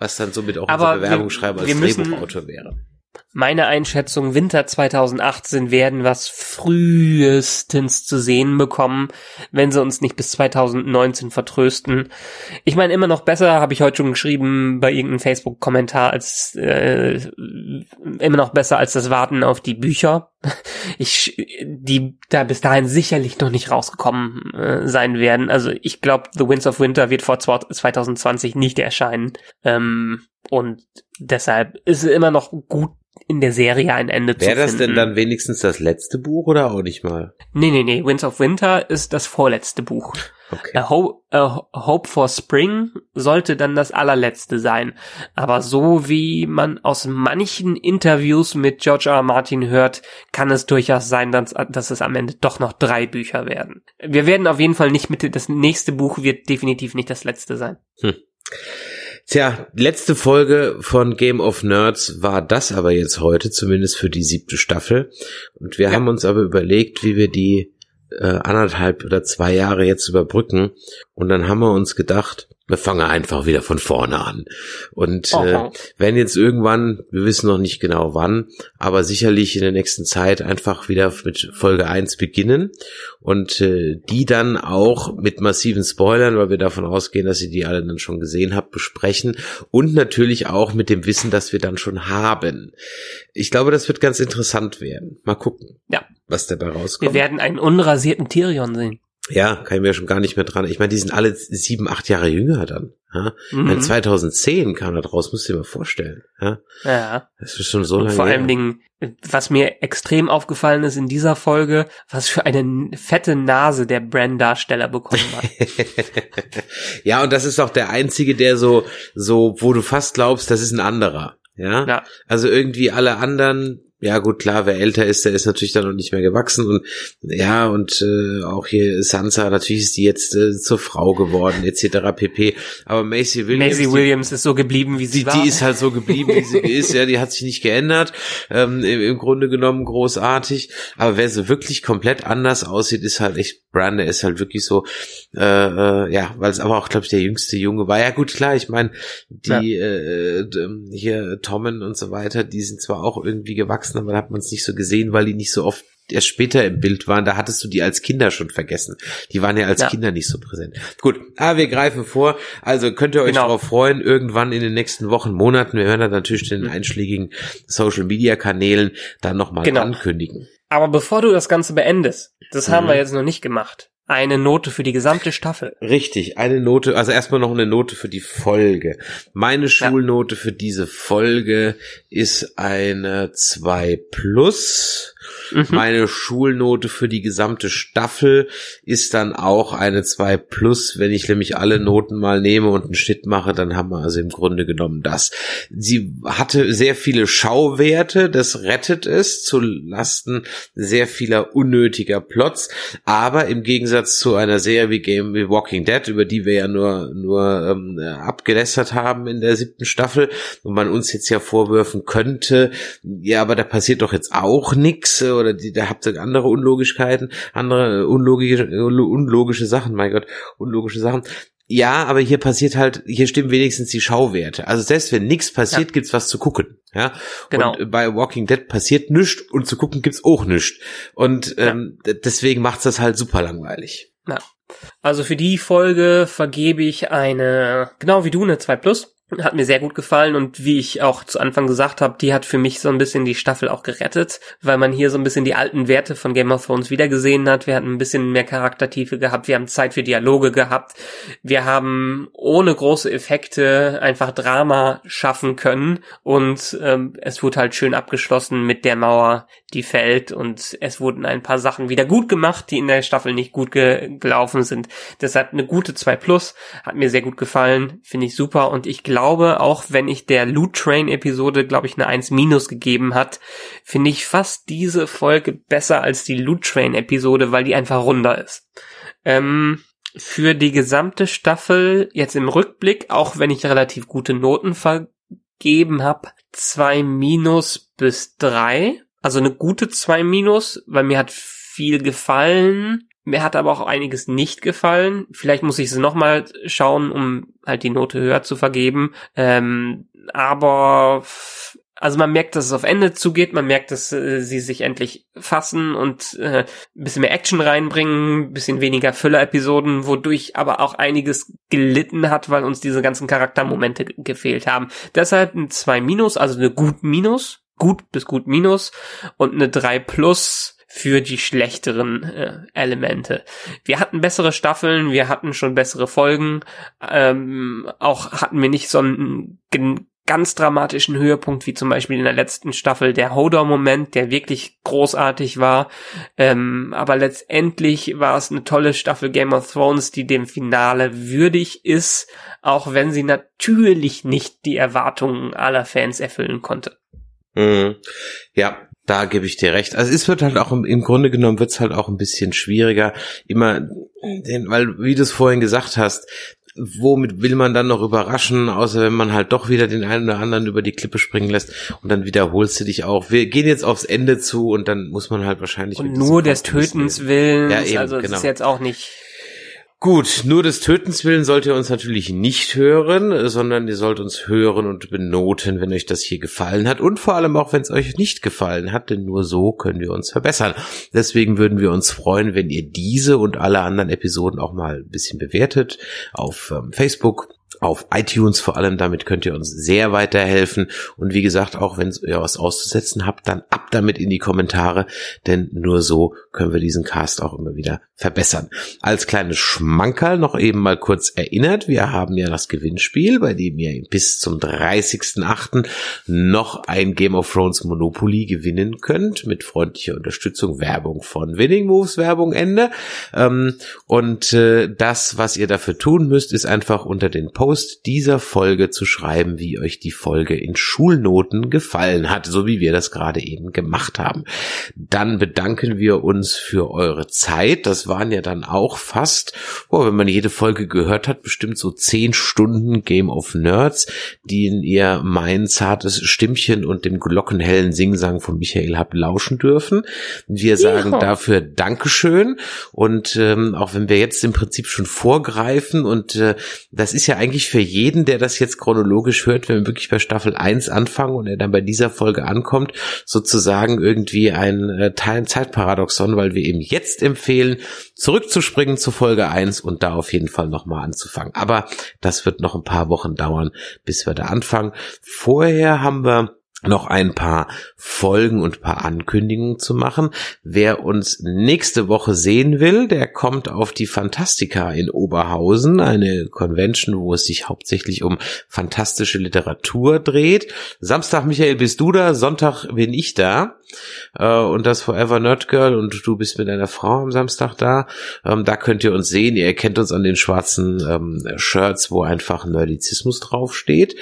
was dann somit auch Aber unser Bewerbungsschreiben als Drehbuchautor wäre. Meine Einschätzung, Winter zweitausendachtzehn werden was frühestens zu sehen bekommen, wenn sie uns nicht bis zweitausendneunzehn vertrösten. Ich meine, immer noch besser, habe ich heute schon geschrieben bei irgendeinem Facebook-Kommentar, als äh, immer noch besser als das Warten auf die Bücher, ich die da bis dahin sicherlich noch nicht rausgekommen äh, sein werden. Also ich glaube, The Winds of Winter wird vor zwanzig zwanzig nicht erscheinen. Ähm, und deshalb ist es immer noch gut, in der Serie ein Ende zu finden. Wäre das denn dann wenigstens das letzte Buch oder auch nicht mal? Nee, nee, nee. Winds of Winter ist das vorletzte Buch. Okay. A Hope, A Hope for Spring sollte dann das allerletzte sein. Aber so wie man aus manchen Interviews mit George R. R. Martin hört, kann es durchaus sein, dass, dass es am Ende doch noch drei Bücher werden. Wir werden auf jeden Fall nicht mit, das nächste Buch wird definitiv nicht das letzte sein. Hm. Tja, letzte Folge von Game of Nerds war das aber jetzt heute, zumindest für die siebte Staffel. Und wir ja. haben uns aber überlegt, wie wir die äh, anderthalb oder zwei Jahre jetzt überbrücken. Und dann haben wir uns gedacht, wir fangen einfach wieder von vorne an. Und äh, wenn jetzt irgendwann, wir wissen noch nicht genau wann, aber sicherlich in der nächsten Zeit einfach wieder mit Folge eins beginnen und äh, die dann auch mit massiven Spoilern, weil wir davon ausgehen, dass ihr die alle dann schon gesehen habt, besprechen und natürlich auch mit dem Wissen, das wir dann schon haben. Ich glaube, das wird ganz interessant werden. Mal gucken, ja. was dabei rauskommt. Wir werden einen unrasierten Tyrion sehen. Ja, kann ich mir schon gar nicht mehr dran. Ich meine, die sind alle sieben, acht Jahre jünger dann. Ja? Mhm. Meine, zweitausendzehn kam da draus, musst du dir mal vorstellen. Ja. ja. Das ist schon so lange. Vor allen Dingen, was mir extrem aufgefallen ist in dieser Folge, was für eine fette Nase der Bran-Darsteller bekommen hat. Ja, und das ist auch der einzige, der so, so, wo du fast glaubst, das ist ein anderer. Ja. ja. Also irgendwie alle anderen. Ja gut, klar, wer älter ist, der ist natürlich dann noch nicht mehr gewachsen und ja, und äh, auch hier Sansa, natürlich ist die jetzt äh, zur Frau geworden, et cetera pp. Aber Maisie Williams, Maisie Williams die, ist so geblieben, wie sie die, war. Die ist halt so geblieben, wie sie ist, ja, die hat sich nicht geändert, ähm, im, im Grunde genommen großartig. Aber wer so wirklich komplett anders aussieht, ist halt echt Bran, der ist halt wirklich so, äh, äh, ja, weil es aber auch, glaube ich, der jüngste Junge war. Ja gut, klar, ich meine, die ja. äh, hier Tommen und so weiter, die sind zwar auch irgendwie gewachsen, aber da hat man es nicht so gesehen, weil die nicht so oft erst später im Bild waren. Da hattest du die als Kinder schon vergessen. Die waren ja als ja. Kinder nicht so präsent. Gut, aber wir greifen vor. Also könnt ihr euch genau. darauf freuen, irgendwann in den nächsten Wochen, Monaten, wir hören das natürlich in den einschlägigen Social-Media-Kanälen dann nochmal genau. ankündigen. Aber bevor du das Ganze beendest, das mhm. haben wir jetzt noch nicht gemacht. Eine Note für die gesamte Staffel. Richtig, eine Note, also erstmal noch eine Note für die Folge. Meine Schulnote ja. für diese Folge ist eine zwei plus. Mhm. Meine Schulnote für die gesamte Staffel ist dann auch eine zwei plus. Wenn ich nämlich alle Noten mal nehme und einen Schnitt mache, dann haben wir also im Grunde genommen das. Sie hatte sehr viele Schauwerte, das rettet es zu Lasten sehr vieler unnötiger Plots, aber im Gegensatz zu einer Serie wie Game wie Walking Dead, über die wir ja nur nur ähm, abgelästert haben in der siebten Staffel und man uns jetzt ja vorwerfen könnte, ja, aber da passiert doch jetzt auch nichts oder die, da habt ihr andere Unlogischkeiten, andere unlogische unlogische Sachen, mein Gott, unlogische Sachen. Ja, aber hier passiert halt, hier stimmen wenigstens die Schauwerte. Also selbst wenn nichts passiert, ja. gibt's was zu gucken. Ja, genau. Und bei Walking Dead passiert nichts und zu gucken gibt's auch nichts. Und ähm, ja. deswegen macht's das halt super langweilig. Ja. Also für die Folge vergebe ich eine, genau wie du, eine zwei plus. Hat mir sehr gut gefallen und wie ich auch zu Anfang gesagt habe, die hat für mich so ein bisschen die Staffel auch gerettet, weil man hier so ein bisschen die alten Werte von Game of Thrones wiedergesehen hat. Wir hatten ein bisschen mehr Charaktertiefe gehabt, wir haben Zeit für Dialoge gehabt, wir haben ohne große Effekte einfach Drama schaffen können und ähm, es wurde halt schön abgeschlossen mit der Mauer, die fällt und es wurden ein paar Sachen wieder gut gemacht, die in der Staffel nicht gut ge- gelaufen sind. Deshalb eine gute zwei plus, hat mir sehr gut gefallen, finde ich super und ich glaube, Ich glaube, auch wenn ich der Loot Train Episode, glaube ich, eine eins minus gegeben hat, finde ich fast diese Folge besser als die Loot Train Episode, weil die einfach runder ist. Ähm, für die gesamte Staffel, jetzt im Rückblick, auch wenn ich relativ gute Noten vergeben habe, zwei minus bis drei. Also eine gute zwei minus, weil mir hat viel gefallen. Mir hat aber auch einiges nicht gefallen. Vielleicht muss ich es nochmal schauen, um halt die Note höher zu vergeben. Ähm, aber also man merkt, dass es auf Ende zugeht. Man merkt, dass äh, sie sich endlich fassen und äh, ein bisschen mehr Action reinbringen, ein bisschen weniger Füller-Episoden, wodurch aber auch einiges gelitten hat, weil uns diese ganzen Charaktermomente g- gefehlt haben. Deshalb ein zwei Minus, also eine gut Minus, gut bis gut Minus und eine drei Plus für die schlechteren äh, Elemente. Wir hatten bessere Staffeln, wir hatten schon bessere Folgen, ähm, auch hatten wir nicht so einen gen- ganz dramatischen Höhepunkt, wie zum Beispiel in der letzten Staffel der Hodor-Moment, der wirklich großartig war, ähm, aber letztendlich war es eine tolle Staffel Game of Thrones, die dem Finale würdig ist, auch wenn sie natürlich nicht die Erwartungen aller Fans erfüllen konnte. Mhm. Ja, da gebe ich dir recht. Also es wird halt auch im, im Grunde genommen wird's halt auch ein bisschen schwieriger, immer, den, weil wie du es vorhin gesagt hast, womit will man dann noch überraschen, außer wenn man halt doch wieder den einen oder anderen über die Klippe springen lässt und dann wiederholst du dich auch. Wir gehen jetzt aufs Ende zu und dann muss man halt wahrscheinlich und nur des Tötens Willens, ja, eben, also es genau. ist jetzt auch nicht. Gut, nur des Tötens willen sollt ihr uns natürlich nicht hören, sondern ihr sollt uns hören und benoten, wenn euch das hier gefallen hat und vor allem auch, wenn es euch nicht gefallen hat, denn nur so können wir uns verbessern. Deswegen würden wir uns freuen, wenn ihr diese und alle anderen Episoden auch mal ein bisschen bewertet auf ähm, Facebook, auf iTunes vor allem, damit könnt ihr uns sehr weiterhelfen und wie gesagt, auch wenn ihr was auszusetzen habt, dann ab damit in die Kommentare, denn nur so können wir diesen Cast auch immer wieder verbessern. Als kleines Schmankerl noch eben mal kurz erinnert, wir haben ja das Gewinnspiel, bei dem ihr bis zum dreißigsten achten noch ein Game of Thrones Monopoly gewinnen könnt, mit freundlicher Unterstützung, Werbung von Winning Moves, Werbung Ende. Und das, was ihr dafür tun müsst, ist einfach unter den Post dieser Folge zu schreiben, wie euch die Folge in Schulnoten gefallen hat, so wie wir das gerade eben gemacht haben. Dann bedanken wir uns für eure Zeit. Das waren ja dann auch fast, oh, wenn man jede Folge gehört hat, bestimmt so zehn Stunden Game of Nerds, denen ihr mein zartes Stimmchen und dem glockenhellen Singsang von Michael habt lauschen dürfen. Wir sagen ja. dafür Dankeschön und ähm, auch wenn wir jetzt im Prinzip schon vorgreifen und äh, das ist ja eigentlich für jeden, der das jetzt chronologisch hört, wenn wir wirklich bei Staffel eins anfangen und er dann bei dieser Folge ankommt, sozusagen irgendwie ein äh, Zeitparadoxon, weil wir ihm jetzt empfehlen, zurückzuspringen zu Folge eins und da auf jeden Fall nochmal anzufangen. Aber das wird noch ein paar Wochen dauern, bis wir da anfangen. Vorher haben wir noch ein paar Folgen und ein paar Ankündigungen zu machen. Wer uns nächste Woche sehen will, der kommt auf die Fantastica in Oberhausen, eine Convention, wo es sich hauptsächlich um fantastische Literatur dreht. Samstag, Michael, bist du da, Sonntag bin ich da. Und das Forever Nerd Girl und du bist mit deiner Frau am Samstag da. Da könnt ihr uns sehen. Ihr erkennt uns an den schwarzen ähm, Shirts, wo einfach Nerdizismus draufsteht.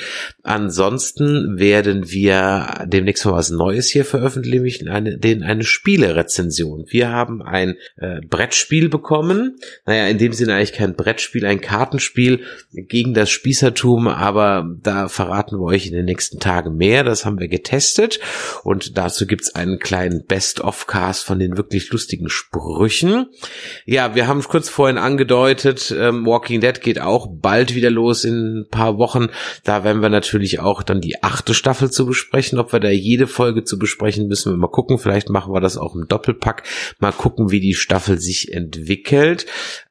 Ansonsten werden wir demnächst mal was Neues hier veröffentlichen, eine, den, eine Spielerezension. Wir haben ein äh, Brettspiel bekommen. Naja, in dem Sinne eigentlich kein Brettspiel, ein Kartenspiel gegen das Spießertum, aber da verraten wir euch in den nächsten Tagen mehr. Das haben wir getestet und dazu gibt's einen kleinen Best-of-Cast von den wirklich lustigen Sprüchen. Ja, wir haben kurz vorhin angedeutet, ähm, Walking Dead geht auch bald wieder los in ein paar Wochen. Da werden wir natürlich auch dann die achte Staffel zu besprechen. Ob wir da jede Folge zu besprechen, müssen wir mal gucken. Vielleicht machen wir das auch im Doppelpack. Mal gucken, wie die Staffel sich entwickelt.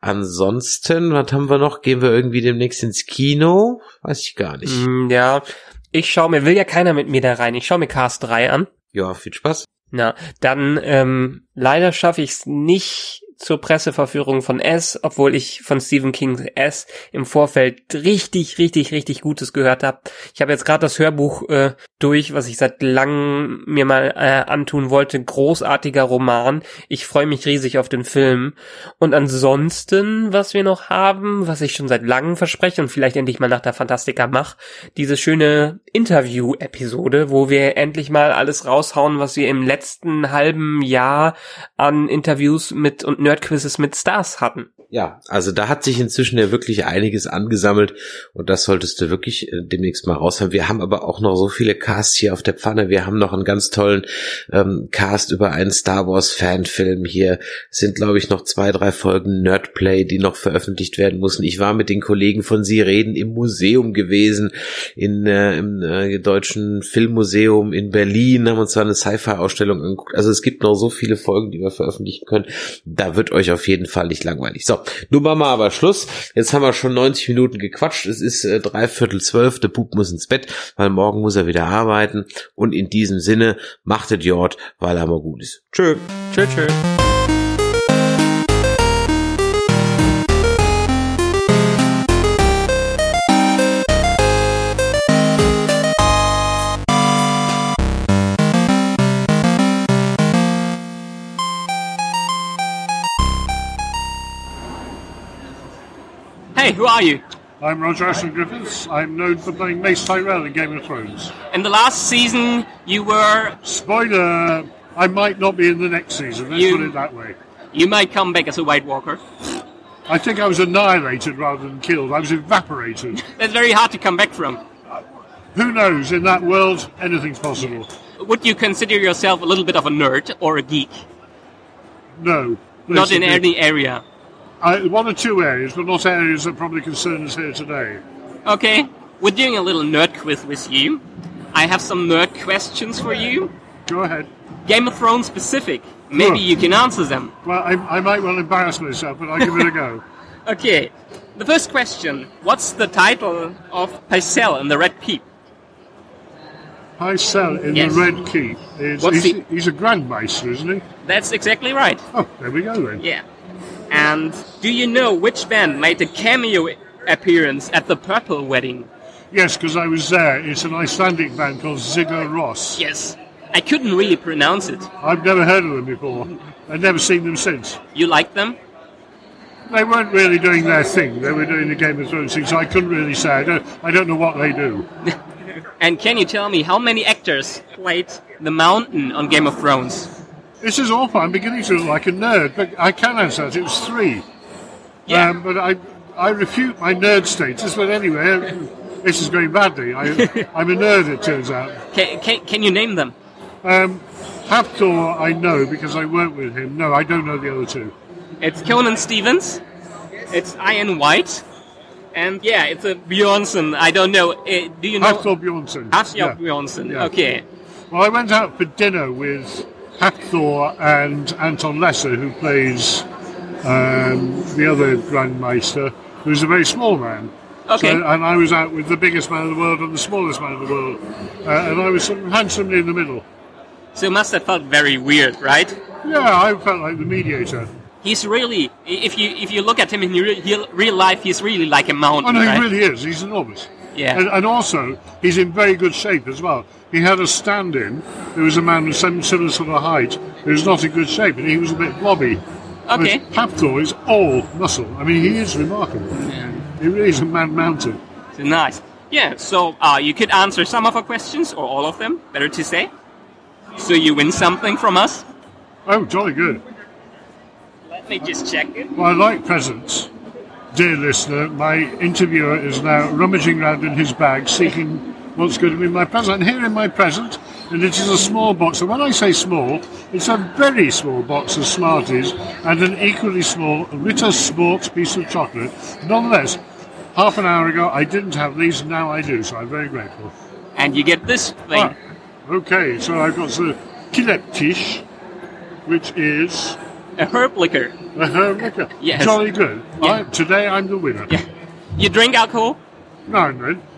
Ansonsten, was haben wir noch? Gehen wir irgendwie demnächst ins Kino? Weiß ich gar nicht. Ja, ich schaue mir, will ja keiner mit mir da rein. Ich schaue mir Cast drei an. Ja, viel Spaß. Na, dann ähm, leider schaffe ich es nicht zur Presseverführung von S, obwohl ich von Stephen King's S im Vorfeld richtig, richtig, richtig Gutes gehört habe. Ich habe jetzt gerade das Hörbuch äh, durch, was ich seit langem mir mal äh, antun wollte. Großartiger Roman. Ich freue mich riesig auf den Film. Und ansonsten, was wir noch haben, was ich schon seit langem verspreche und vielleicht endlich mal nach der Fantastica mache, diese schöne Interview-Episode, wo wir endlich mal alles raushauen, was wir im letzten halben Jahr an Interviews mit und Nerdquizzes mit Stars hatten. Ja, also da hat sich inzwischen ja wirklich einiges angesammelt und das solltest du wirklich äh, demnächst mal raushauen. Wir haben aber auch noch so viele Casts hier auf der Pfanne. Wir haben noch einen ganz tollen ähm, Cast über einen Star Wars Fanfilm. Hier sind, glaube ich, noch zwei, drei Folgen Nerdplay, die noch veröffentlicht werden müssen. Ich war mit den Kollegen von Sie reden im Museum gewesen, in äh, im äh, Deutschen Filmmuseum in Berlin, haben uns da eine Sci-Fi-Ausstellung angeguckt. Also es gibt noch so viele Folgen, die wir veröffentlichen können. Da wird euch auf jeden Fall nicht langweilig. So, nun machen wir aber Schluss. Jetzt haben wir schon neunzig Minuten gequatscht. Es ist äh, dreiviertel zwölf. Der Bub muss ins Bett, weil morgen muss er wieder arbeiten. Und in diesem Sinne, machtet Jord, weil er mal gut ist. Tschö. Tschö, tschö. Hey, who are you? I'm Roger Ashton Griffiths. I'm known for playing Mace Tyrell in Game of Thrones. In the last season, you were... Spoiler, I might not be in the next season, let's You- put it that way. You might come back as a White Walker. I think I was annihilated rather than killed. I was evaporated. That's very hard to come back from. Who knows, in that world, anything's possible. Would you consider yourself a little bit of a nerd or a geek? No. Not in basically. any area. I, one or two areas, but not areas that probably concern us here today. Okay, we're doing a little nerd quiz with you. I have some nerd questions for you. Go ahead. Game of Thrones specific. Maybe Sure. you can answer them. Well, I, I might well embarrass myself, but I'll give it a go. Okay, the first question. What's the title of Pycelle in the Red Keep? Pycelle in Yes. the Red Keep. Is, What's he's, the- he's a Grandmaster, isn't he? That's exactly right. Oh, there we go then. Yeah. And do you know which band made a cameo appearance at the Purple Wedding? Yes, because I was there. It's an Icelandic band called Ziggo Ross. Yes. I couldn't really pronounce it. I've never heard of them before. I've never seen them since. You like them? They weren't really doing their thing. They were doing the Game of Thrones thing, so I couldn't really say. I don't, I don't know what they do. And can you tell me how many actors played the Mountain on Game of Thrones? This is awful. I'm beginning to look like a nerd, but I can answer that. It was three. Yeah. Um, but I, I refute my nerd status. But anyway, this is going badly. I, I'm a nerd, it turns out. Can, can, can you name them? Um, Hafthor, I know because I work with him. No, I don't know the other two. It's Conan Stevens. It's Ian White. And yeah, it's a Bjornsson. I don't know. Uh, do you know? Hafthor Bjornsson. Hafthor Yeah. Bjornsson. Yeah. Okay. Well, I went out for dinner with Hafthor and Anton Lesser, who plays um, the other Grandmeister, who's a very small man. Okay. So, and I was out with the biggest man in the world and the smallest man in the world. Uh, and I was sort of handsomely in the middle. So it must have felt very weird, right? Yeah, I felt like the mediator. He's really, if you if you look at him in real, real life, he's really like a mountain, Oh, no, right? he really is. He's enormous. Yeah. And, and also, he's in very good shape as well. He had a stand-in. There was a man of some similar sort of height who was not in good shape, and he was a bit blobby. Okay. Whereas Hafthor is all muscle. I mean, he is remarkable. He really is a man mountain. So nice. Yeah, so uh, you could answer some of our questions, or all of them, better to say. So you win something from us. Oh, jolly good. Let me just check it. Well, I like presents. Dear listener, my interviewer is now rummaging around in his bag, seeking what's going to be my present. And here in my present, and it is a small box. And when I say small, it's a very small box of Smarties and an equally small Ritter Sport piece of chocolate. Nonetheless, half an hour ago I didn't have these, and now I do, so I'm very grateful. And you get this thing. Ah, okay, so I've got the Kileptisch, which is A herb liquor. a herb liquor. Yes. Jolly good. Yeah. I, today I'm the winner. Yeah. You drink alcohol? Now and then.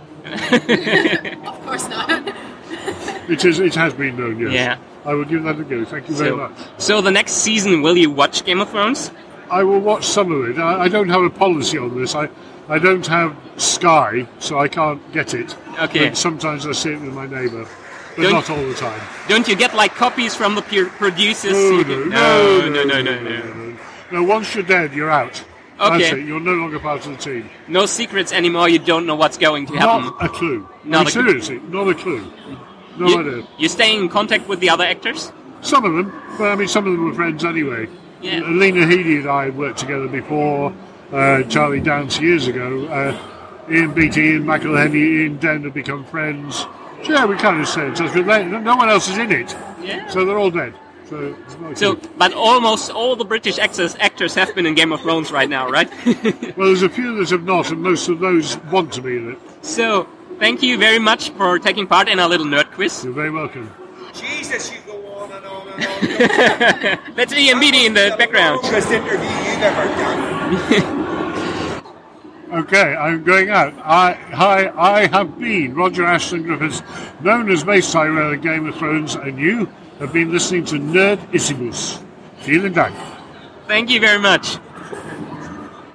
Of course not. It is. It has been known, yes. Yeah. I will give that a go. Thank you very So, much. so the next season, will you watch Game of Thrones? I will watch some of it. I, I don't have a policy on this. I, I don't have Sky, so I can't get it. Okay. But sometimes I see it with my neighbour, but Don't- not all the time. Don't you get like copies from the peer- producers? No, You no, can- no, no, no, no, no, no. no. No, once you're dead, you're out. Okay. That's it. You're no longer part of the team. No secrets anymore. You don't know what's going to happen. Not a clue. Not I mean, a clue. seriously, not a clue. No you, idea. you stay in contact with the other actors? Some of them, but I mean, some of them were friends anyway. Yeah. Lena Headey and I worked together before, uh, Charlie Dance years ago. Uh, Ian Beattie, Ian McElhenney, Ian Den have become friends. So yeah, we kind of stay in touch with them. No one else is in it. Yeah. So they're all dead. So, so, but almost all the British actors, actors have been in Game of Thrones right now, right? Well, there's a few that have not, and most of those want to be in it. So, thank you very much for taking part in our little nerd quiz. You're very welcome. Jesus, you go on and on and on. That's Ian Beattie in the background. Best interview you've ever done. Okay, I'm going out. I, hi, I have been Roger Ashton Griffiths, known as Mace Tyrell in Game of Thrones, and you have been listening to Nerdissimus. Vielen Dank. Thank you very much.